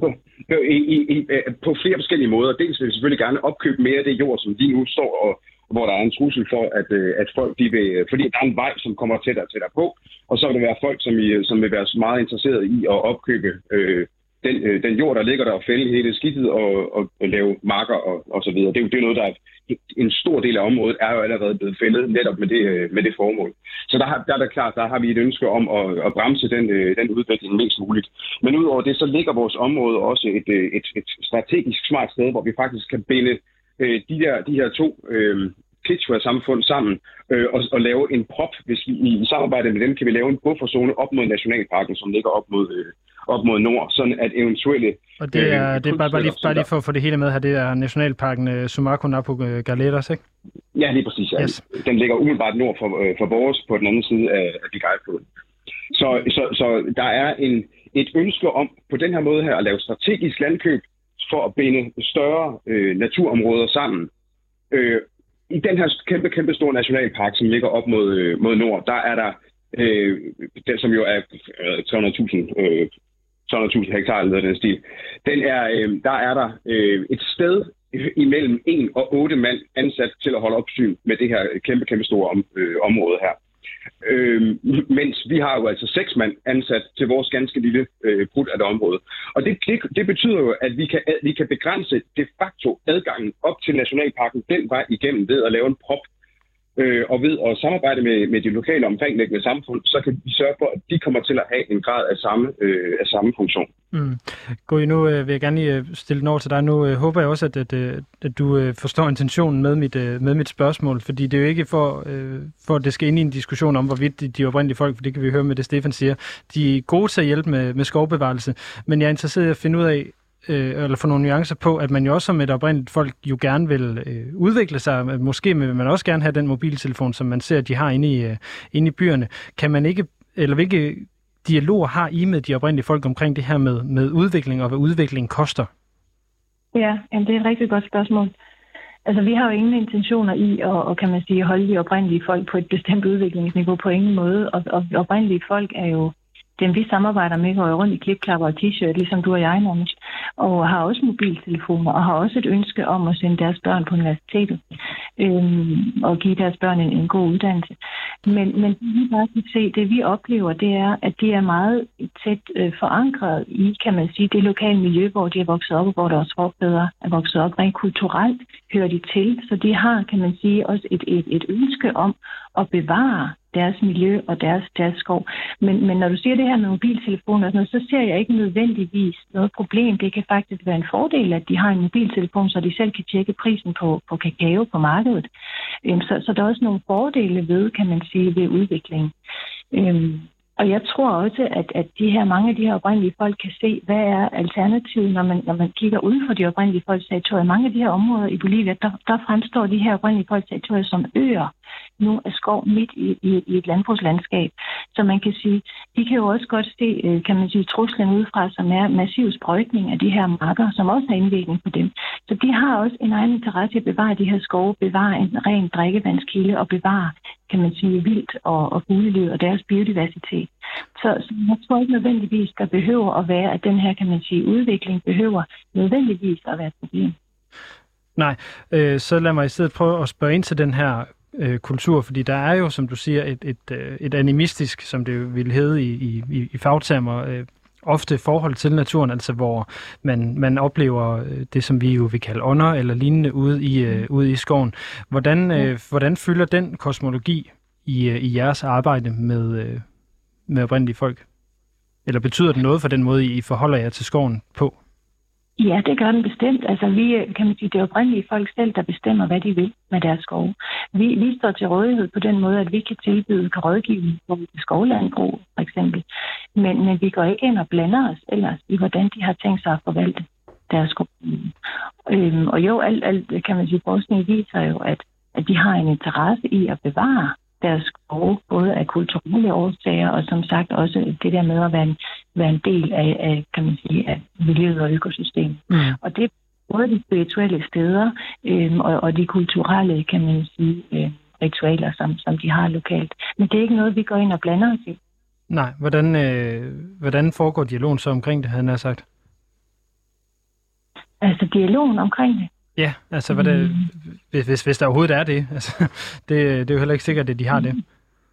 I, i, i, på flere forskellige måder. Dels vil vi selvfølgelig gerne opkøbe mere af det jord, som lige nu står, og hvor der er en trussel for, at, at folk de vil... Fordi der er en vej, som kommer tættere og tættere på, og så vil der være folk, som, I, som vil være meget interesserede i at opkøbe øh, den, øh, den jord, der ligger der, og fælde hele skidtet og, og, og lave marker og, og så videre. Det er jo det er noget, der er... En stor del af området er jo allerede blevet fældet netop med det, med det formål. Så der, har, der er det klart, der har vi et ønske om at, at bremse den, den udvikling mest muligt. Men udover det, så ligger vores område også et, et, et strategisk smart sted, hvor vi faktisk kan binde øh, de, der, de her to øh, Quechua-samfund sammen øh, og, og lave en prop. Hvis vi i samarbejde med dem kan vi lave en bufferzone op mod nationalparken, som ligger op mod, øh, op mod nord, sådan at eventuelle... Og det er, øh, det er bare, bare, lige, bare lige for at få det hele med her, det er nationalparken uh, Sumaco Napo Galeras, ikke? Ja, lige præcis. Ja. Yes. Den ligger umiddelbart nord for, øh, for vores, på den anden side af, af Bigayfloden. Så, så, så der er en, et ønske om på den her måde her at lave strategisk landkøb for at binde større øh, naturområder sammen. Øh, I den her kæmpe, kæmpe store nationalpark, som ligger op mod, øh, mod nord, der er der, øh, den, som jo er øh, tre hundrede tusind hektar eller den stil, den er, øh, der er der øh, et sted imellem en og otte mand ansat til at holde opsyn med det her kæmpe, kæmpe store om, øh, område her. Øh, mens vi har jo altså seks mand ansat til vores ganske lille øh, brud af det område. Og det, det, det betyder jo, at vi kan, at vi kan begrænse de facto adgangen op til nationalparken den vej igennem ved at lave en prop. Øh, og ved at samarbejde med, med de lokale omkringliggende samfund, så kan vi sørge for, at de kommer til at have en grad af samme, øh, af samme funktion. Mm. Gui, nu øh, vil jeg gerne lige stille den over til dig. Nu øh, håber jeg også, at, at, at du øh, forstår intentionen med mit, øh, med mit spørgsmål, fordi det er jo ikke for, øh, for, at det skal ind i en diskussion om, hvorvidt de, de oprindelige folk, for det kan vi høre med det, Stefan siger, de er gode til at hjælpe med, med skovbevarelse, men jeg er interesseret i at finde ud af, eller få nogle nuancer på, at man jo også som et oprindeligt folk jo gerne vil øh, udvikle sig. Måske vil man også gerne have den mobiltelefon, som man ser, de har inde i, øh, inde i byerne. Kan man ikke, eller hvilke dialoger har I med de oprindelige folk omkring det her med, med udvikling, og hvad udvikling koster? Ja, jamen, det er et rigtig godt spørgsmål. Altså, vi har jo ingen intentioner i at, og kan man sige, holde de oprindelige folk på et bestemt udviklingsniveau på ingen måde, og, og oprindelige folk er jo dem, vi samarbejder med, går jo rundt i klipklapper og t-shirt, ligesom du og jeg nærmest, og har også mobiltelefoner, og har også et ønske om at sende deres børn på universitetet, øhm, og give deres børn en, en god uddannelse. Men, men vi bare kan se, det vi oplever, det er, at de er meget tæt øh, forankret i, kan man sige, det lokale miljø, hvor de er vokset op, og hvor deres forfædre er vokset op. Rent kulturelt hører de til, så de har, kan man sige, også et, et, et ønske om at bevare deres miljø og deres, deres skov. Men, men når du siger det her med mobiltelefoner og sådan noget, så ser jeg ikke nødvendigvis noget problem. Det kan faktisk være en fordel, at de har en mobiltelefon, så de selv kan tjekke prisen på, på kakao på markedet. Øhm, så, så der er også nogle fordele ved, kan man sige, ved udviklingen. Øhm, Og jeg tror også, at, at de her, mange af de her oprindelige folk kan se, hvad er alternativet, når man, når man kigger uden for de oprindelige folks territorier. Mange af de her områder i Bolivia, der, der fremstår de her oprindelige folks territorier som øer nu af skov midt i, i, i et landbrugslandskab. Så man kan sige, de kan jo også godt se, kan man sige, truslen udefra, som er massiv sprøjtning af de her marker, som også har indvirkning på dem. Så de har også en egen interesse i at bevare de her skove, bevare en ren drikkevandskilde og bevare, kan man sige, vildt og, og fugleliv og deres biodiversitet. Så, så jeg tror ikke nødvendigvis, der behøver at være, at den her, kan man sige, udvikling behøver nødvendigvis at være et problem. Nej, øh, så lad mig i stedet prøve at spørge ind til den her øh, kultur, fordi der er jo, som du siger, et, et, et animistisk, som det ville hedde i, i, i fagtermer, øh, ofte forhold til naturen, altså hvor man, man oplever det, som vi jo vil kalde ånder eller lignende ude i, øh, ude i skoven. Hvordan, øh, hvordan fylder den kosmologi i, øh, i jeres arbejde med, øh, med oprindelige folk? Eller betyder det noget for den måde, I forholder jer til skoven på? Ja, det gør den bestemt. Altså, vi, kan man sige, det er oprindelige folk selv, der bestemmer, hvad de vil med deres skove. Vi, vi står til rådighed på den måde, at vi kan tilbyde rådgivning på skovlandbrug, for eksempel. Men, men vi går ikke ind og blander os ellers i, hvordan de har tænkt sig at forvalte deres skove. Øhm, og jo, alt, alt, kan man sige, forskning viser jo, at, at de har en interesse i at bevare deres skove, både af kulturelle årsager, og som sagt også det der med at være en, være en del af, af, kan man sige, af miljøet og økosystemet. Mm. Og det er både de spirituelle steder øhm, og, og de kulturelle, kan man sige, øh, ritualer, som, som de har lokalt. Men det er ikke noget, vi går ind og blander os i. Nej, hvordan, øh, hvordan foregår dialogen så omkring det, havde han sagt? Altså dialogen omkring det? Ja, altså hvad det, hvis, hvis, hvis der overhovedet er det. Altså, det, det er jo heller ikke sikkert, at de har det.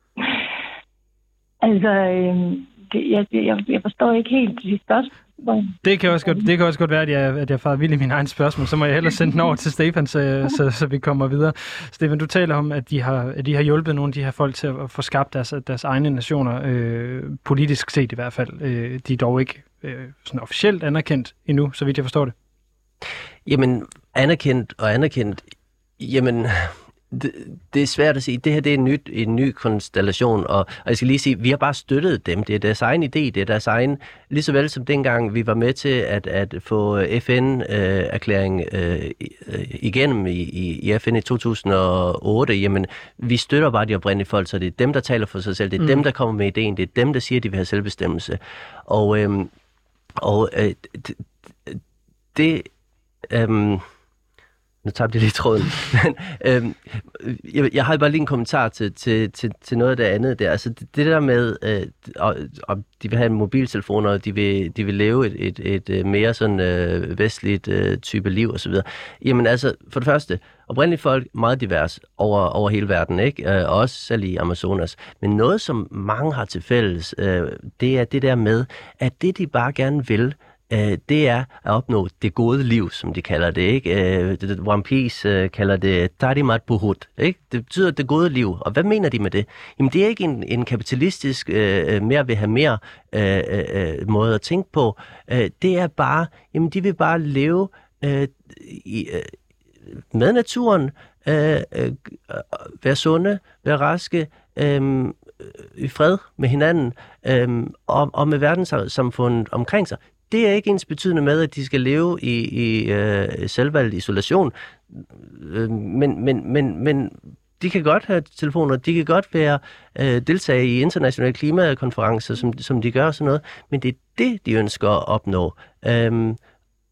Altså, øh, det, jeg, jeg, jeg forstår ikke helt de spørgsmål. Det kan også godt, det kan også godt være, at jeg, at jeg farer vild i mine egne spørgsmål. Så må jeg hellere sende den over til Stefan, så, så, så vi kommer videre. Stefan, du taler om, at de har, at de har hjulpet nogle af de her folk til at få skabt deres, deres egne nationer, øh, politisk set i hvert fald. Øh, de er dog ikke øh, sådan officielt anerkendt endnu, så vidt jeg forstår det. Jamen, anerkendt og anerkendt, jamen, det, det er svært at sige. Det her, det er en, nyt, en ny konstellation, og, og jeg skal lige sige, vi har bare støttet dem. Det er deres egen idé, det er deres egen, lige så vel som dengang vi var med til at, at få F N-erklæringen øh, øh, igennem i, i, i F N i to tusind og otte, jamen, vi støtter bare de oprindelige folk, så det er dem, der taler for sig selv, det er mm. dem, der kommer med ideen, det er dem, der siger, at de vil have selvbestemmelse. Og, øh, og øh, det, det Øhm, nu tabte jeg lige tråden. Men, øhm, jeg, jeg har bare lige en kommentar til, til, til, til noget af det andet der. Altså det, det der med, øh, og, og de vil have mobiltelefoner, og de vil, de vil leve et, et, et mere sådan øh, vestligt øh, type liv osv. Jamen altså, for det første, oprindelige folk meget divers over, over hele verden, ikke? Øh, også selv i Amazonas. Men noget, som mange har til fælles, øh, det er det der med, at det de bare gerne vil, det er at opnå det gode liv, som de kalder det, ikke? One Piece kalder det Tarimat Buhut, ikke? Det betyder det gode liv. Og hvad mener de med det? Jamen, det er ikke en, en kapitalistisk, øh, mere vil have mere øh, øh, måde at tænke på. Øh, det er bare, jamen, de vil bare leve øh, i, øh, med naturen, øh, øh, være sunde, være raske, øh, i fred med hinanden, øh, og, og med verdenssamfundet omkring sig. Det er ikke ens betydende med, at de skal leve i, i øh, selvvalgt isolation, øh, men, men, men, men de kan godt have telefoner, de kan godt være øh, deltage i internationale klimakonferencer, som, som de gør og sådan noget, men det er det, de ønsker at opnå. Øhm, øh,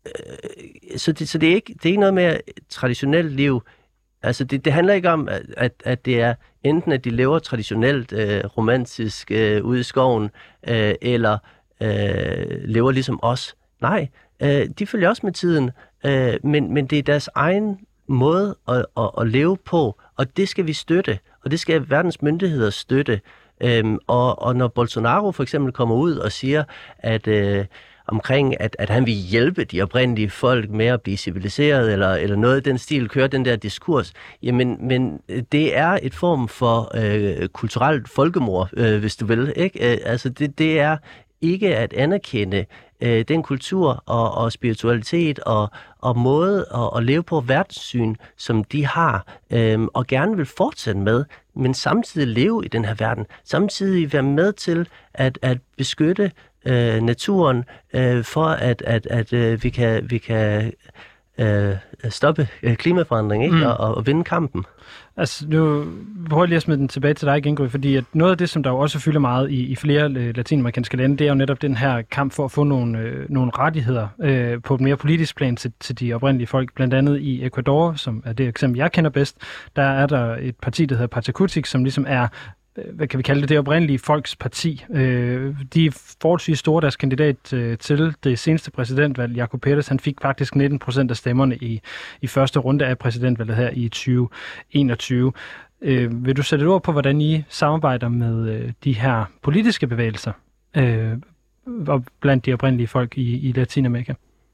så det, så det, er ikke, det er ikke noget mere traditionelt liv. Altså det, det handler ikke om, at, at det er enten, at de lever traditionelt øh, romantisk øh, ude i skoven, øh, eller Øh, lever ligesom os. Nej, øh, de følger også med tiden, øh, men, men det er deres egen måde at, at, at leve på, og det skal vi støtte, og det skal verdens myndigheder støtte. Øhm, og, og når Bolsonaro for eksempel kommer ud og siger, at øh, omkring, at, at han vil hjælpe de oprindelige folk med at blive civiliseret, eller, eller noget af den stil, kører den der diskurs, jamen, men det er et form for øh, kulturelt folkemord, øh, hvis du vil, ikke? Øh, altså det, det er ikke at anerkende øh, den kultur og, og spiritualitet og, og måde at, at leve på verdenssyn, som de har, øh, og gerne vil fortsætte med, men samtidig leve i den her verden, samtidig være med til at, at beskytte øh, naturen, øh, for at, at, at øh, vi kan, vi kan øh, stoppe øh, klimaforandring, ikke? Mm. Og, og vinde kampen. Altså, nu prøver jeg lige at smide den tilbage til dig igen, Gry, fordi at noget af det, som der jo også fylder meget i, i flere øh, latinamerikanske lande, det er jo netop den her kamp for at få nogle, øh, nogle rettigheder øh, på et mere politisk plan til, til de oprindelige folk. Blandt andet i Ecuador, som er det eksempel, jeg kender bedst, der er der et parti, der hedder Pachakutik, som ligesom er, hvad kan vi kalde det, det oprindelige folks parti. Øh, de er forholdsvis store. Deres kandidat øh, til det seneste præsidentvalg, Jaco Pérez, han fik faktisk nitten procent af stemmerne i, i første runde af præsidentvalget her i tyve enogtyve. Øh, vil du sætte et ord på, hvordan I samarbejder med øh, de her politiske bevægelser øh, og blandt de oprindelige folk i, i Latinamerika?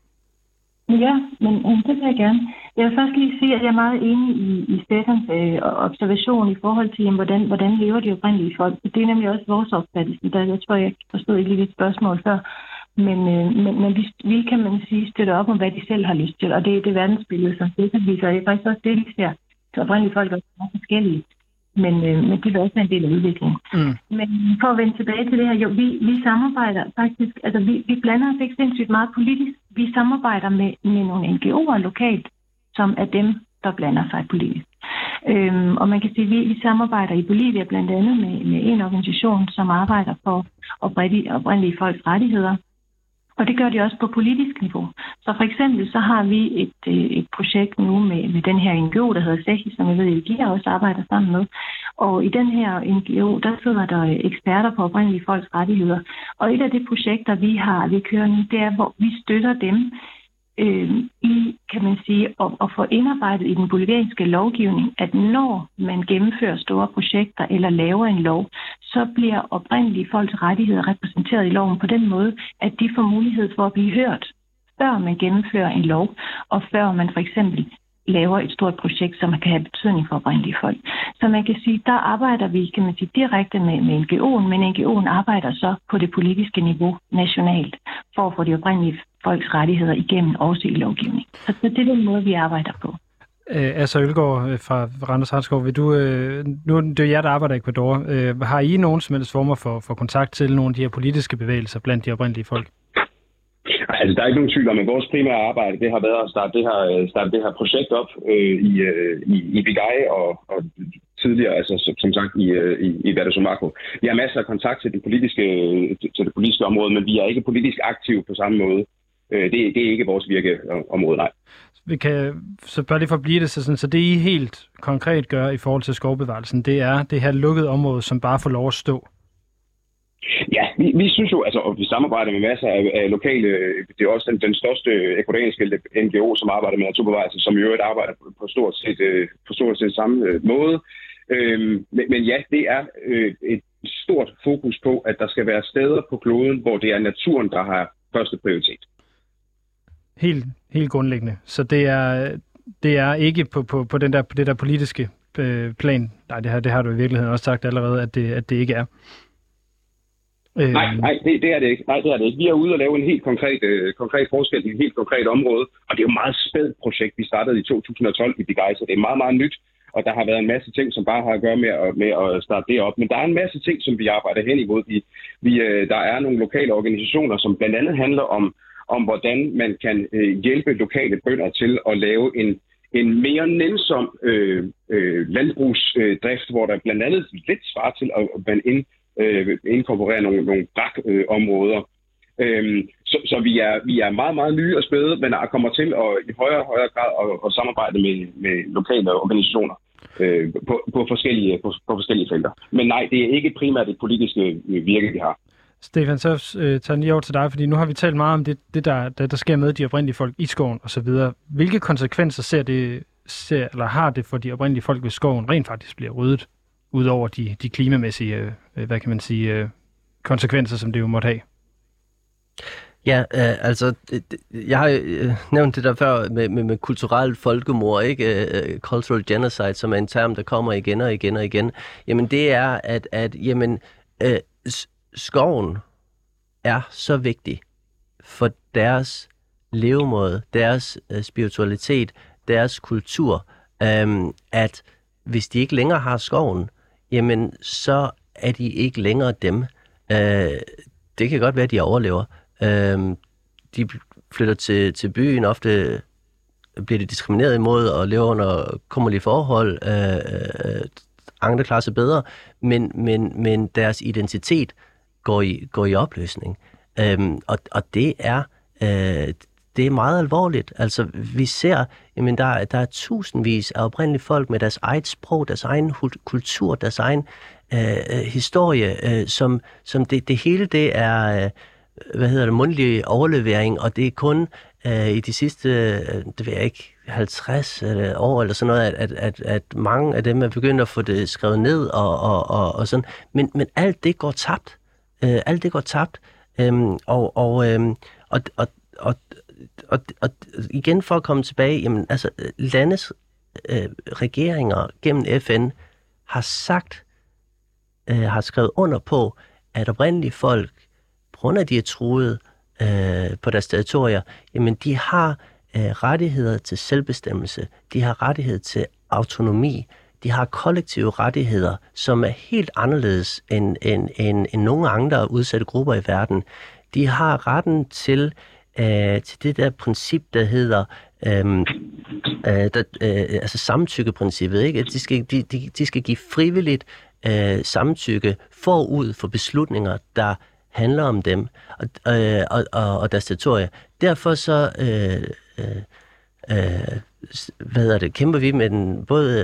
Ja, men øh, det vil jeg gerne. Jeg vil først lige sige, at jeg er meget enig i, i Stefans øh, observation i forhold til, jamen, hvordan, hvordan lever de oprindelige folk. Det er nemlig også vores opfattelse. Der, jeg tror, jeg forstod ikke lige et spørgsmål før. Men, øh, men, men vi, vi kan man sige støtte op om, hvad de selv har lyst til. Og det er det verdensbillede, som Stefan viser. Det er faktisk også det, vi ser. Så oprindelige folk er også forskellige. Men, øh, men de vil også være en del af udviklingen. Mm. Men for at vende tilbage til det her, jo, vi, vi samarbejder faktisk, altså vi, vi blander os ikke sindssygt meget politisk. Vi samarbejder med, med nogle N G O'er lokalt, som er dem, der blander sig politisk. Øhm, og man kan sige, at vi, vi samarbejder i Bolivia blandt andet med, med en organisation, som arbejder for oprindelige, oprindelige folks rettigheder. Og det gør de også på politisk niveau. Så for eksempel så har vi et, et projekt nu med, med den her N G O, der hedder SEHI, som jeg ved, at I G I A også arbejder sammen med. Og i den her N G O, der sidder der eksperter på oprindelige folks rettigheder. Og et af de projekter, vi har, vi kører nu, det er, hvor vi støtter dem øh, i, kan man sige, at, at få indarbejdet i den bolivianske lovgivning, at når man gennemfører store projekter eller laver en lov, så bliver oprindelige folks rettigheder repræsenteret i loven på den måde, at de får mulighed for at blive hørt, før man gennemfører en lov, og før man for eksempel laver et stort projekt, som kan have betydning for oprindelige folk. Så man kan sige, der arbejder vi, kan man sige, direkte med, med N G O'en, men N G O'en arbejder så på det politiske niveau nationalt, for at få de oprindelige folks rettigheder igennem også i lovgivning. Så det er den måde, vi arbejder på. Øh, altså Ølgaard fra Randers Hartskov, vil du, øh, nu det er jer, der arbejder i Ecuador. Øh, har I nogen som helst former for, for kontakt til nogle af de her politiske bevægelser blandt de oprindelige folk? Altså, der er ikke nogen tvivl om, at vores primære arbejde, det har været at starte det her, starte det her projekt op øh, i, øh, i, i Bigay og, og tidligere, altså som, som sagt i, i, i Verdesomarco. Vi har masser af kontakt til det politiske, til det politiske område, men vi er ikke politisk aktive på samme måde. Øh, det, det er ikke vores virkeområde, nej. Vi kan så bare lige forblive det, så, sådan, så det I helt konkret gør i forhold til skovbevarelsen, det er det her lukkede område, som bare får lov at stå. Ja, vi, vi synes jo, altså, at vi samarbejder med masser af, af lokale, det er også den, den største ecuadorianske N G O, som arbejder med naturbevarelse, som i øvrigt arbejder på, på stort set, på stort set samme måde. Øhm, men, men ja, det er øh, et stort fokus på, at der skal være steder på kloden, hvor det er naturen, der har første prioritet. Helt, helt grundlæggende. Så det er, det er ikke på, på, på, den der, på det der politiske øh, plan. Nej, det har, det har du i virkeligheden også sagt allerede, at det, at det ikke er. Øh... Nej, nej det, det er det ikke. Nej, det er det ikke. Vi er ude og lave en helt konkret, øh, konkret forskel i et helt konkret område, og det er jo et meget spædt projekt. Vi startede i to tusind og tolv i Bigay, så det er meget, meget nyt, og der har været en masse ting, som bare har at gøre med at, med at starte det op. Men der er en masse ting, som vi arbejder hen imod. Vi, vi, øh, der er nogle lokale organisationer, som blandt andet handler om, om hvordan man kan øh, hjælpe lokale bønder til at lave en, en mere nænsom øh, øh, landbrugsdrift, hvor der blandt andet lidt svarer til at man ind Øh, inkorporere nogle, nogle brak-områder. Øh, øhm, så så vi, er, vi er meget, meget nye og spæde, men er kommer til at i højere og højere grad at, at samarbejde med, med lokale organisationer øh, på, på, forskellige, på, på forskellige felter. Men nej, det er ikke primært det politiske virke, vi har. Stefan, så øh, tager lige over til dig, fordi nu har vi talt meget om det, det der, der, der sker med de oprindelige folk i skoven osv. Hvilke konsekvenser ser det, ser, eller har det for de oprindelige folk, hvis skoven rent faktisk bliver ryddet? Udover de, de klimamæssige, øh, hvad kan man sige, øh, konsekvenser, som det jo måtte have? Ja, øh, altså, jeg har øh, nævnt det der før med, med, med kulturel folkemord, ikke? Øh, cultural genocide, som er en term, der kommer igen og igen og igen. Jamen, det er, at, at jamen, øh, skoven er så vigtig for deres levemåde, deres øh, spiritualitet, deres kultur, øh, at hvis de ikke længere har skoven, jamen så er de ikke længere dem. Øh, det kan godt være, at de overlever. Øh, de flytter til, til byen, ofte bliver de diskrimineret imod og lever under kummerlige forhold. Øh, andre klarer sig bedre, men, men, men deres identitet går i, går i opløsning. Øh, og, og det er... Øh, Det er meget alvorligt. Altså, vi ser, jamen, der, der er tusindvis af oprindelige folk med deres eget sprog, deres egen kultur, deres egen øh, historie, øh, som, som det, det hele det er, øh, hvad hedder det, mundtlig overlevering, og det er kun øh, i de sidste, øh, det ved jeg ikke, halvtreds år eller sådan noget, at, at, at, at mange af dem er begyndt at få det skrevet ned og, og, og, og sådan. Men, men alt det går tabt. Øh, alt det går tabt. Øhm, og, og, øhm, og, og, og Og, og igen for at komme tilbage, jamen, altså landes øh, regeringer gennem F N har sagt, øh, har skrevet under på, at oprindelige folk, på grund af at de er truet øh, på deres territorier, jamen de har øh, rettigheder til selvbestemmelse, de har rettighed til autonomi, de har kollektive rettigheder, som er helt anderledes end, end, end, end nogle andre udsatte grupper i verden. De har retten til Øh, til det der princip, der hedder øh, øh, der, øh, altså samtykkeprincippet, ikke? At de skal, de, de, de skal give frivilligt øh, samtykke forud for beslutninger, der handler om dem og, øh, og, og, og deres territorie. Derfor så øh, øh, øh, hvad hedder det, kæmper vi med den, både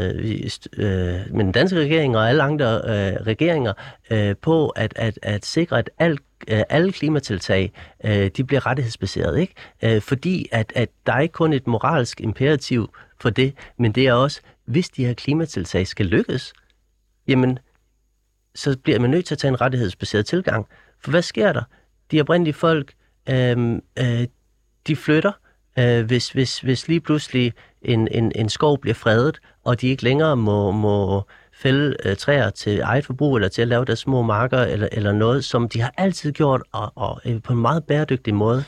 øh, med den danske regering og alle andre øh, regeringer øh, på at, at, at sikre, at alt alle klimatiltag, de bliver rettighedsbaseret, ikke? Fordi at, at der er ikke kun et moralsk imperativ for det, men det er også, hvis de her klimatiltag skal lykkes, jamen, så bliver man nødt til at tage en rettighedsbaseret tilgang. For hvad sker der? De oprindelige folk, øh, øh, de flytter, øh, hvis, hvis, hvis lige pludselig en, en, en skov bliver fredet, og de ikke længere må, må fælde øh, træer til eget forbrug, eller til at lave deres små marker, eller, eller noget, som de har altid gjort, og, og øh, på en meget bæredygtig måde.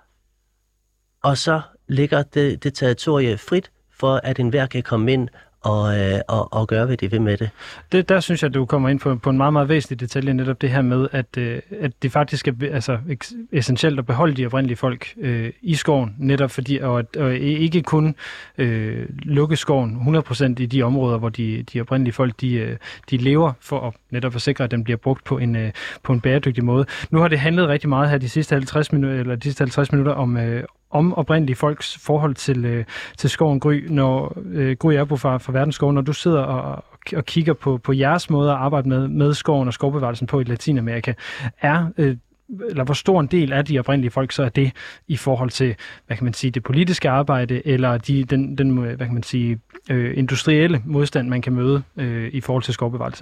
Og så ligger det, det territorie frit, for at enhver kan komme ind og, øh, og, og gøre, hvad de vil med det. det. Der synes jeg, at du kommer ind på, på en meget, meget væsentlig detalje, netop det her med, at, øh, at det faktisk er altså, essentielt at beholde de oprindelige folk øh, i skoven, netop fordi, og, og ikke kun øh, lukke skoven hundrede procent i de områder, hvor de, de oprindelige folk, de, de lever, for at netop at sikre, at den bliver brugt på en, øh, på en bæredygtig måde. Nu har det handlet rigtig meget her de sidste halvtreds minutter, eller de sidste halvtreds minutter om øh, om oprindelige folks forhold til, øh, til skoven Gry, når øh, Gry Erbo fra, fra Verdensskov, når du sidder og, og kigger på, på jeres måde at arbejde med, med skoven og skovbevarelsen på i Latinamerika, er, øh, eller hvor stor en del af de oprindelige folk så er det i forhold til, hvad kan man sige, det politiske arbejde, eller de, den, den, hvad kan man sige, øh, industrielle modstand, man kan møde øh, i forhold til skovbevarelse?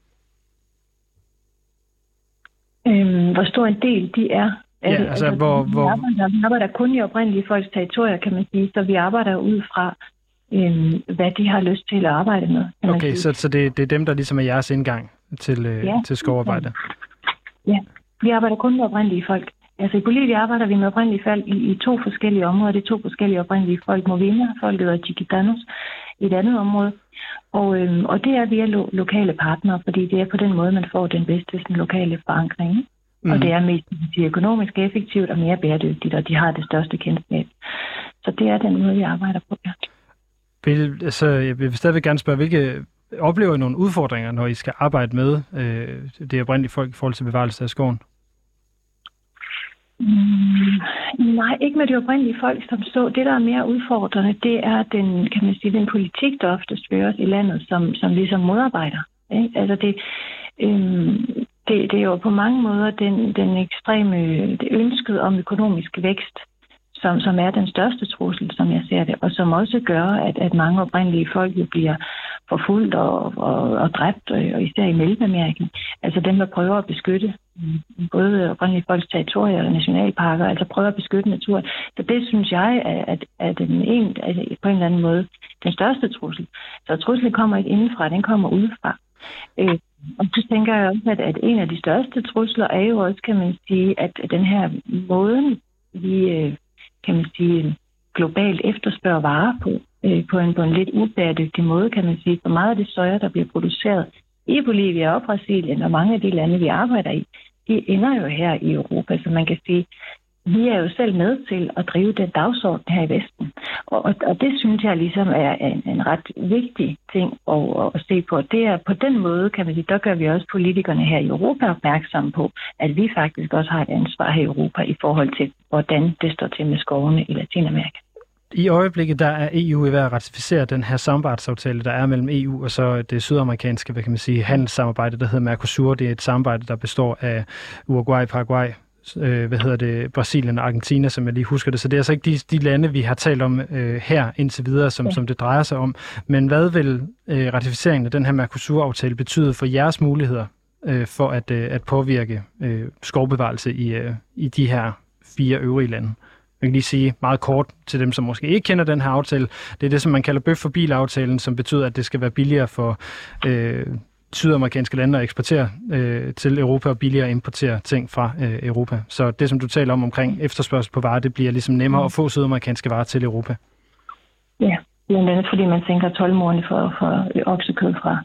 Øhm, hvor stor en del de er? Ja, altså, altså hvor... Vi, hvor... arbejder, vi arbejder kun i oprindelige folks territorier, kan man sige, så vi arbejder ud fra, øhm, hvad de har lyst til at arbejde med. Okay, så, så det, det er dem, der ligesom er jeres indgang til, øh, ja, til skovarbejde? Ja, vi arbejder kun med oprindelige folk. Altså i Bolivia arbejder vi med oprindelige folk i, i to forskellige områder. Det er to forskellige oprindelige folk. Movina-folket og Chiquitanos i et andet område. Og, øhm, og det er via lo- lokale partnere, fordi det er på den måde, man får den bedste sådan, lokale forankring. Mm. Og det er mest økonomisk effektivt og mere bæredygtigt, og de har det største kendskab. Så det er den måde, vi arbejder på, ja. Vil, altså, jeg vil stadigvæk gerne spørge, hvilke oplever I nogle udfordringer, når I skal arbejde med øh, det oprindelige folk i forhold til bevarelse af skoven? Mm, nej, ikke med det oprindelige folk som så. Det, der er mere udfordrende, det er den, kan man sige, den politik, der ofte føres i landet, som, som ligesom modarbejder. Ikke? Altså det... Øhm, Det, det er jo på mange måder den, den ekstreme det ønsket om økonomisk vækst, som, som er den største trussel, som jeg ser det, og som også gør, at, at mange oprindelige folk jo bliver forfulgt og, og, og dræbt, og især i Mellemamerika. Altså dem, der prøver at beskytte både oprindelige folks territorier og nationalparker, altså prøver at beskytte naturen. Så det synes jeg er, at, at den en, altså på en eller anden måde den største trussel. Så truslen kommer ikke indenfra, den kommer udefra. Øh, Og så tænker jeg også, at, at en af de største trusler er jo også, kan man sige, at den her måde, vi kan man sige, globalt efterspørger varer på, på en, på en lidt ubæredygtig måde, kan man sige. For meget af det soja, der bliver produceret, i Bolivia og Brasilien og mange af de lande, vi arbejder i, de ender jo her i Europa, så man kan sige, vi er jo selv med til at drive den dagsorden her i Vesten. Og, og, og det synes jeg ligesom er en, en ret vigtig ting at, at se på. Det er på den måde, kan man sige, der gør vi også politikerne her i Europa opmærksomme på, at vi faktisk også har et ansvar her i Europa i forhold til, hvordan det står til med skovene i Latinamerika. I øjeblikket der er E U i ved at ratificere den her samarbejdsaftale, der er mellem E U og så det sydamerikanske, hvad kan man sige, handelssamarbejde, der hedder Mercosur. Det er et samarbejde, der består af Uruguay, Paraguay, øh, hvad hedder det, Brasilien og Argentina, som jeg lige husker det. Så det er altså ikke de, de lande, vi har talt om øh, her indtil videre, som, ja. som det drejer sig om. Men hvad vil øh, ratificeringen af den her Mercosur-aftale betyde for jeres muligheder øh, for at, øh, at påvirke øh, skovbevarelse i, øh, i de her fire øvrige lande? Jeg kan lige sige meget kort til dem, som måske ikke kender den her aftale. Det er det, som man kalder bøf for bil-aftalen, som betyder, at det skal være billigere for øh, sydamerikanske lande at eksportere øh, til Europa og billigere at importere ting fra øh, Europa. Så det, som du taler om omkring efterspørgsel på varer, det bliver ligesom nemmere at få sydamerikanske varer til Europa. Ja, blandt andet fordi man tænker tolvmåneder for, for oksekød fra,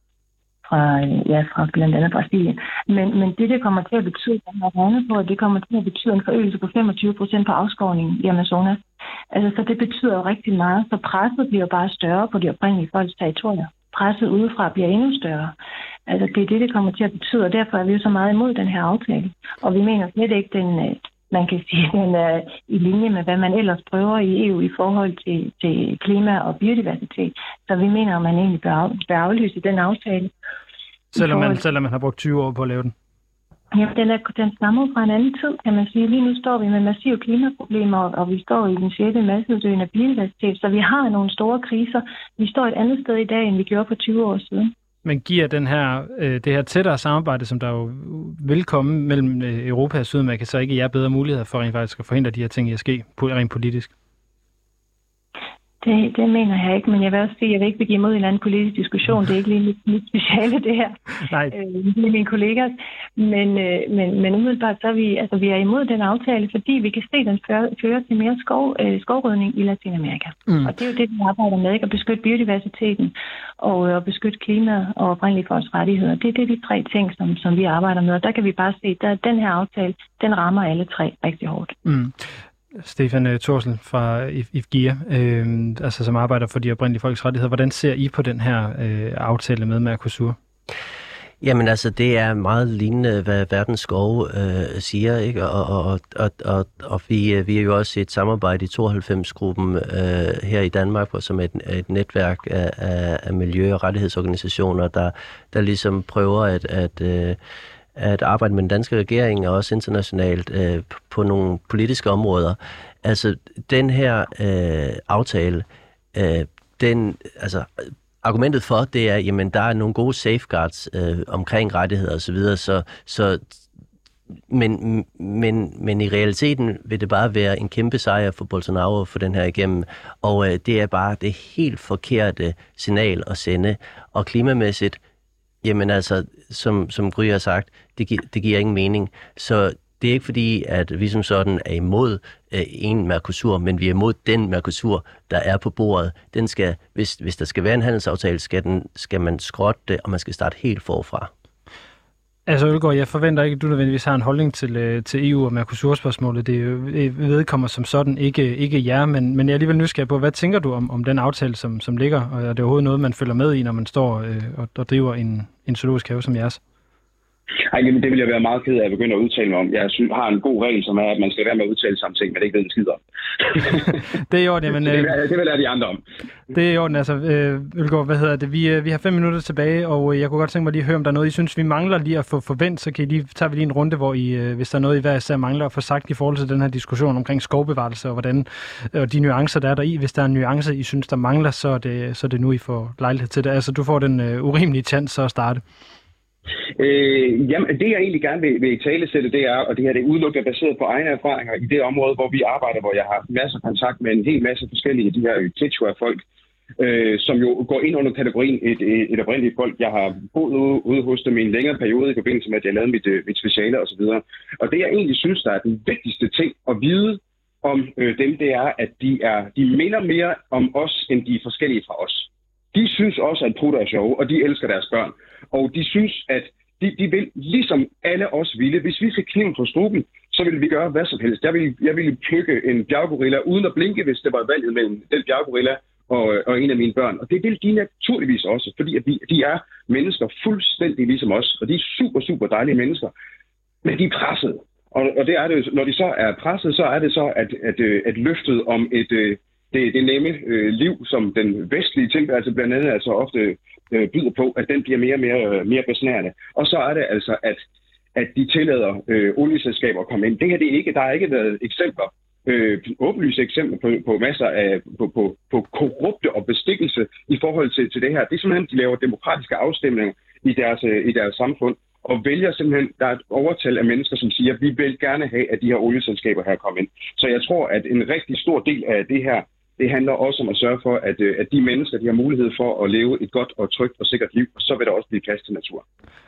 fra, ja, fra blandt andet Brasilien. Men, men det, det kommer til at betyde, at man regner på, at det kommer til at betyde en forøgelse på femogtyve procent på afskovningen i Amazonas. Altså, så det betyder jo rigtig meget, så presset bliver bare større på de oprindelige folks territorier. Presset udefra bliver endnu større. Altså, det er det, det kommer til at betyde, og derfor er vi jo så meget imod den her aftale. Og vi mener slet ikke, den, man kan sige, den er i linje med, hvad man ellers prøver i E U i forhold til, til klima og biodiversitet. Så vi mener, at man egentlig bør, bør aflyse den aftale. Selvom man, selvom man har brugt tyve år på at lave den? Jamen, den, er, den stammer fra en anden tid, kan man sige. Lige nu står vi med massive klimaproblemer, og vi står i den sjette masseuddøen af biodiversitet, så vi har nogle store kriser. Vi står et andet sted i dag, end vi gjorde for tyve år siden. Men giver den her, øh, det her tættere samarbejde, som der jo vil komme mellem øh, Europa og Sydamerika, så ikke jer bedre muligheder for rent faktisk at forhindre de her ting i at ske rent politisk? Det, det mener jeg ikke, men jeg vil også sige, at jeg vil ikke begive mod en eller anden politisk diskussion. Det er ikke lige mit, mit speciale, det her. Nej. Øh, det er mine kolleger. Men, øh, men, men umiddelbart så er vi, altså, vi er imod den aftale, fordi vi kan se, at den fører, fører til mere skov, øh, skovrydning i Latinamerika. Mm. Og det er jo det, vi arbejder med, ikke? At beskytte biodiversiteten og at beskytte klimaet og oprindelige folks rettigheder. Det er det de tre ting, som, som vi arbejder med. Og der kan vi bare se, at den her aftale, den rammer alle tre rigtig hårdt. Mm. Stefan Thorsel fra I F G I A, øh, altså som arbejder for de oprindelige folks rettigheder. Hvordan ser I på den her øh, aftale med Mercosur? Jamen altså, det er meget lignende, hvad Verdens Skove øh, siger, ikke? Og, og, og, og, og vi, vi er jo også et samarbejde i tooghalvfems-gruppen øh, her i Danmark, som er et, et netværk af, af, af miljø- og rettighedsorganisationer, der, der ligesom prøver at, at øh, at arbejde med den danske regering og også internationalt øh, på nogle politiske områder. Altså, den her øh, aftale, øh, den, altså, argumentet for, det er, jamen, der er nogle gode safeguards øh, omkring rettigheder osv., så, så, så men, men, men i realiteten vil det bare være en kæmpe sejr for Bolsonaro for den her igennem, og øh, det er bare det helt forkerte signal at sende, og klimamæssigt, jamen altså, som, som Gry har sagt, det, gi- det giver ingen mening. Så det er ikke fordi, at vi som sådan er imod øh, en Mercosur, men vi er imod den Mercosur, der er på bordet. Den skal, hvis, hvis der skal være en handelsaftale, skal, den, skal man skrotte det, og man skal starte helt forfra. Altså Ølgaard, jeg forventer ikke, at du nødvendigvis har en holdning til, til E U og Mercosur-spørgsmålet. Det vedkommer som sådan ikke, ikke jer, men, men jeg er alligevel nysgerrig på, hvad tænker du om, om den aftale, som, som ligger? Og er det overhovedet noget, man følger med i, når man står øh, og, og driver en, en zoologisk have som jeres? Ej, det vil jeg være meget ked af at begynde at udtale mig om. Jeg synes, har en god regel, som er, at man skal være med at udtale samme ting, men det ikke ved en skid om. Det er i orden, men... det, vil, det vil lære de andre om. Det er i orden, altså. Ølgaard, hvad hedder det? Vi, vi har fem minutter tilbage, og jeg kunne godt tænke mig lige at høre, om der er noget, I synes, vi mangler lige at få forventet, så kan I lige, tager vi lige en runde, hvor I, hvis der er noget, I hver især mangler at få sagt i forhold til den her diskussion omkring skovbevarelse og hvordan, og de nuancer, der er der i. Hvis der er en nuance, I synes, der mangler, så er det, så er det nu, I får lejlighed til det. Altså, du får den uh, urimelige chance så at starte. Øh, jamen, det jeg egentlig gerne vil, vil i talesætte, det er, og det her det er udelukkende baseret på egne erfaringer i det område, hvor vi arbejder, hvor jeg har masser af kontakt med en hel masse forskellige af de her Quechua-folk, øh, som jo går ind under kategorien et, et, et oprindeligt folk. Jeg har boet ude, ude hos dem i en længere periode i forbindelse med, at jeg lavede mit, mit speciale osv. Og det jeg egentlig synes, der er den vigtigste ting at vide om øh, dem, det er, at de, er, de minder mere om os, end de er forskellige fra os. De synes også, at prutter er sjove, og de elsker deres børn. Og de synes, at de, de vil, ligesom alle os ville, hvis vi fik kniven på struben, så ville vi gøre hvad som helst. Jeg ville, jeg ville plukke en bjerggorilla uden at blinke, hvis det var valget mellem den bjerggorilla og, og en af mine børn. Og det vil de naturligvis også, fordi at de, de er mennesker fuldstændig ligesom os, og de er super, super dejlige mennesker. Men de er presset. Og, og det er det, når de så er presset, så er det så, at, at, at løftet om et, det, det nemme øh, liv, som den vestlige tilværelse blandt andet altså ofte øh, byder på, at den bliver mere og mere, mere besnærende. Og så er det altså, at, at de tillader øh, olieselskaber at komme ind. Det her det er ikke, der er ikke været eksempler, øh, åbenlyse eksempler på, på masser af på, på, på korrupte og bestikkelse i forhold til, til det her. Det er simpelthen, de laver demokratiske afstemninger i deres, i deres samfund, og vælger simpelthen, der er et overtal af mennesker, som siger, at vi vil gerne have, at de her olieselskaber her kommer ind. Så jeg tror, at en rigtig stor del af det her, det handler også om at sørge for, at, at de mennesker, de har mulighed for at leve et godt og trygt og sikkert liv, og så vil der også blive plads til natur.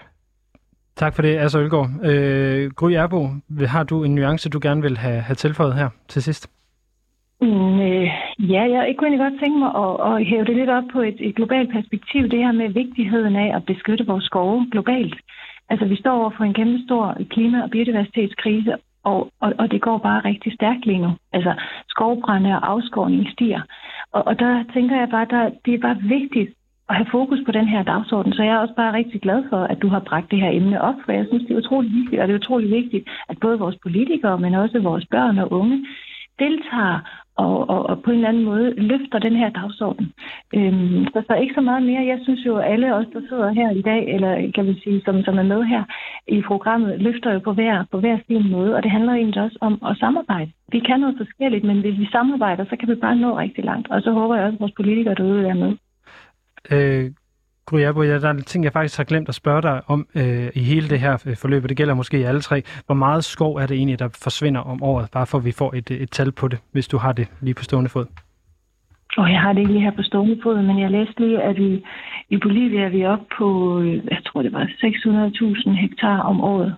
Tak for det, Asser Ølgaard. Øh, Gry Erbo, har du en nuance, du gerne vil have, have tilføjet her til sidst? Mm, øh, ja, jeg kunne egentlig godt tænke mig at, at hæve det lidt op på et, et globalt perspektiv, det her med vigtigheden af at beskytte vores skove globalt. Altså, vi står over for en kæmpe stor klima- og biodiversitetskrise, og, og, og det går bare rigtig stærkt lige nu. Altså, skovbrænde og afskovning stiger. Og, og der tænker jeg bare, at det er bare vigtigt at have fokus på den her dagsorden. Så jeg er også bare rigtig glad for, at du har bragt det her emne op, for jeg synes, det er utrolig vigtigt, og det er utrolig vigtigt, at både vores politikere, men også vores børn og unge deltager og, og, og på en eller anden måde løfter den her dagsorden. Øhm, så der er ikke så meget mere. Jeg synes jo, at alle os, der sidder her i dag, eller kan vi sige, som, som er med her i programmet, løfter jo på hver, på hver sin måde, og det handler egentlig også om at samarbejde. Vi kan noget forskelligt, men hvis vi samarbejder, så kan vi bare nå rigtig langt, og så håber jeg også, at vores politikere derude er med. Øh, Gry Erbo, der er ting, jeg faktisk har glemt at spørge dig om øh, i hele det her forløb, og det gælder måske i alle tre. Hvor meget skov er det egentlig, der forsvinder om året, bare for at vi får et, et tal på det, hvis du har det lige på stående fod? Og jeg har det ikke lige her på stående fod, men jeg læste lige, at i, i Bolivia er vi oppe på, jeg tror det var seks hundrede tusind hektar om året.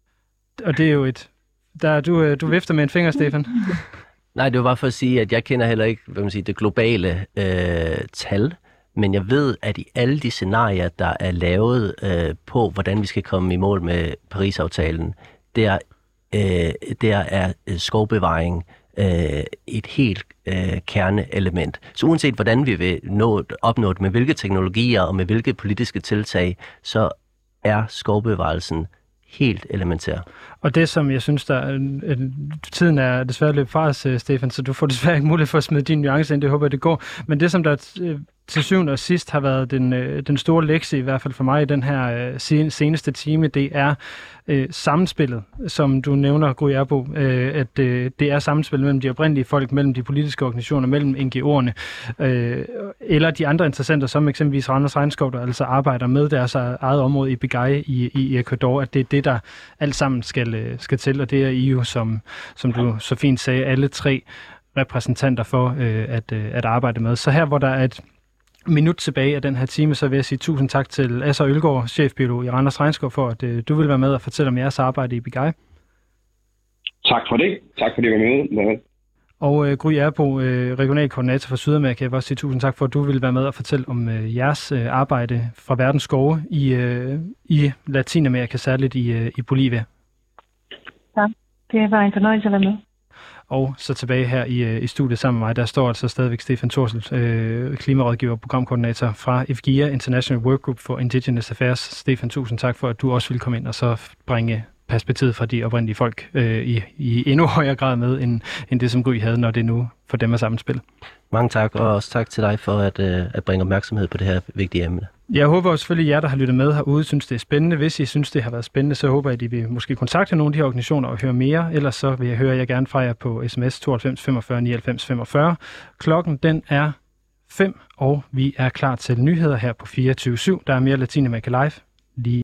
Og det er jo et... Der, du, du vifter med en finger, Stefan. Nej, det var bare for at sige, at jeg kender heller ikke hvad man siger, det globale øh, tal, men jeg ved, at i alle de scenarier, der er lavet øh, på, hvordan vi skal komme i mål med Paris-aftalen, der, øh, der er skovbevaring øh, et helt øh, kerneelement. Så uanset hvordan vi vil nå, opnå det, med hvilke teknologier og med hvilke politiske tiltag, så er skovbevarelsen helt elementær. Og det, som jeg synes, der øh, tiden er desværre løbet fra os, Stefan, så du får desværre ikke mulighed for at smide din nuance ind, det håber jeg, det går. Men det, som der øh, til syvende og sidst har været den, øh, den store lektie, i hvert fald for mig i den her øh, seneste time, det er øh, sammenspillet, som du nævner, Gry Erbo, øh, at øh, det er sammenspillet mellem de oprindelige folk, mellem de politiske organisationer, mellem N G O'erne, øh, eller de andre interessenter, som eksempelvis Randers Regnskov, der altså arbejder med deres eget område i Begay i, i Ecuador, at det er det, der alt sammen skal, skal til, og det er I jo, som, som du så fint sagde, alle tre repræsentanter for øh, at, øh, at arbejde med. Så her, hvor der er et minut tilbage af den her time, så vil jeg sige tusind tak til Asser Ølgaard, chefbiolog i Randers Regnskov, for at øh, du vil være med og fortælle om jeres arbejde i Begay. Tak for det. Tak for det, du var med. Og øh, Gry Erbo, øh, regional koordinator for Sydamerika, jeg vil også sige tusind tak for, at du vil være med og fortælle om øh, jeres øh, arbejde fra verdens skove i, øh, i Latinamerika, særligt i, øh, i Bolivia. Ja, det var en fornøjelse at være med. Og så tilbage her i, i studiet sammen med mig, der står altså stadigvæk Stefan Thorsel, øh, klimarådgiver og programkoordinator fra I F G I A, International Workgroup for Indigenous Affairs. Stefan, tusind tak for, at du også vil komme ind og så bringe perspektivet fra de oprindelige folk øh, i, i endnu højere grad med, end, end det, som Gry havde, når det nu for dem er sammenspil. Mange tak, og også tak til dig for at, øh, at bringe opmærksomhed på det her vigtige emne. Jeg håber også selvfølgelig, at jer, der har lyttet med herude, synes, det er spændende. Hvis I synes, det har været spændende, så håber jeg, at I vil måske kontakte nogle af de her organisationer og høre mere. Ellers så vil jeg høre jer gerne fra jer på sms tooghalvfems femogfyrre nioghalvfems femogfyrre. Klokken den er fem, og vi er klar til nyheder her på fireogtyve syv. Der er mere Latinamerika Live lige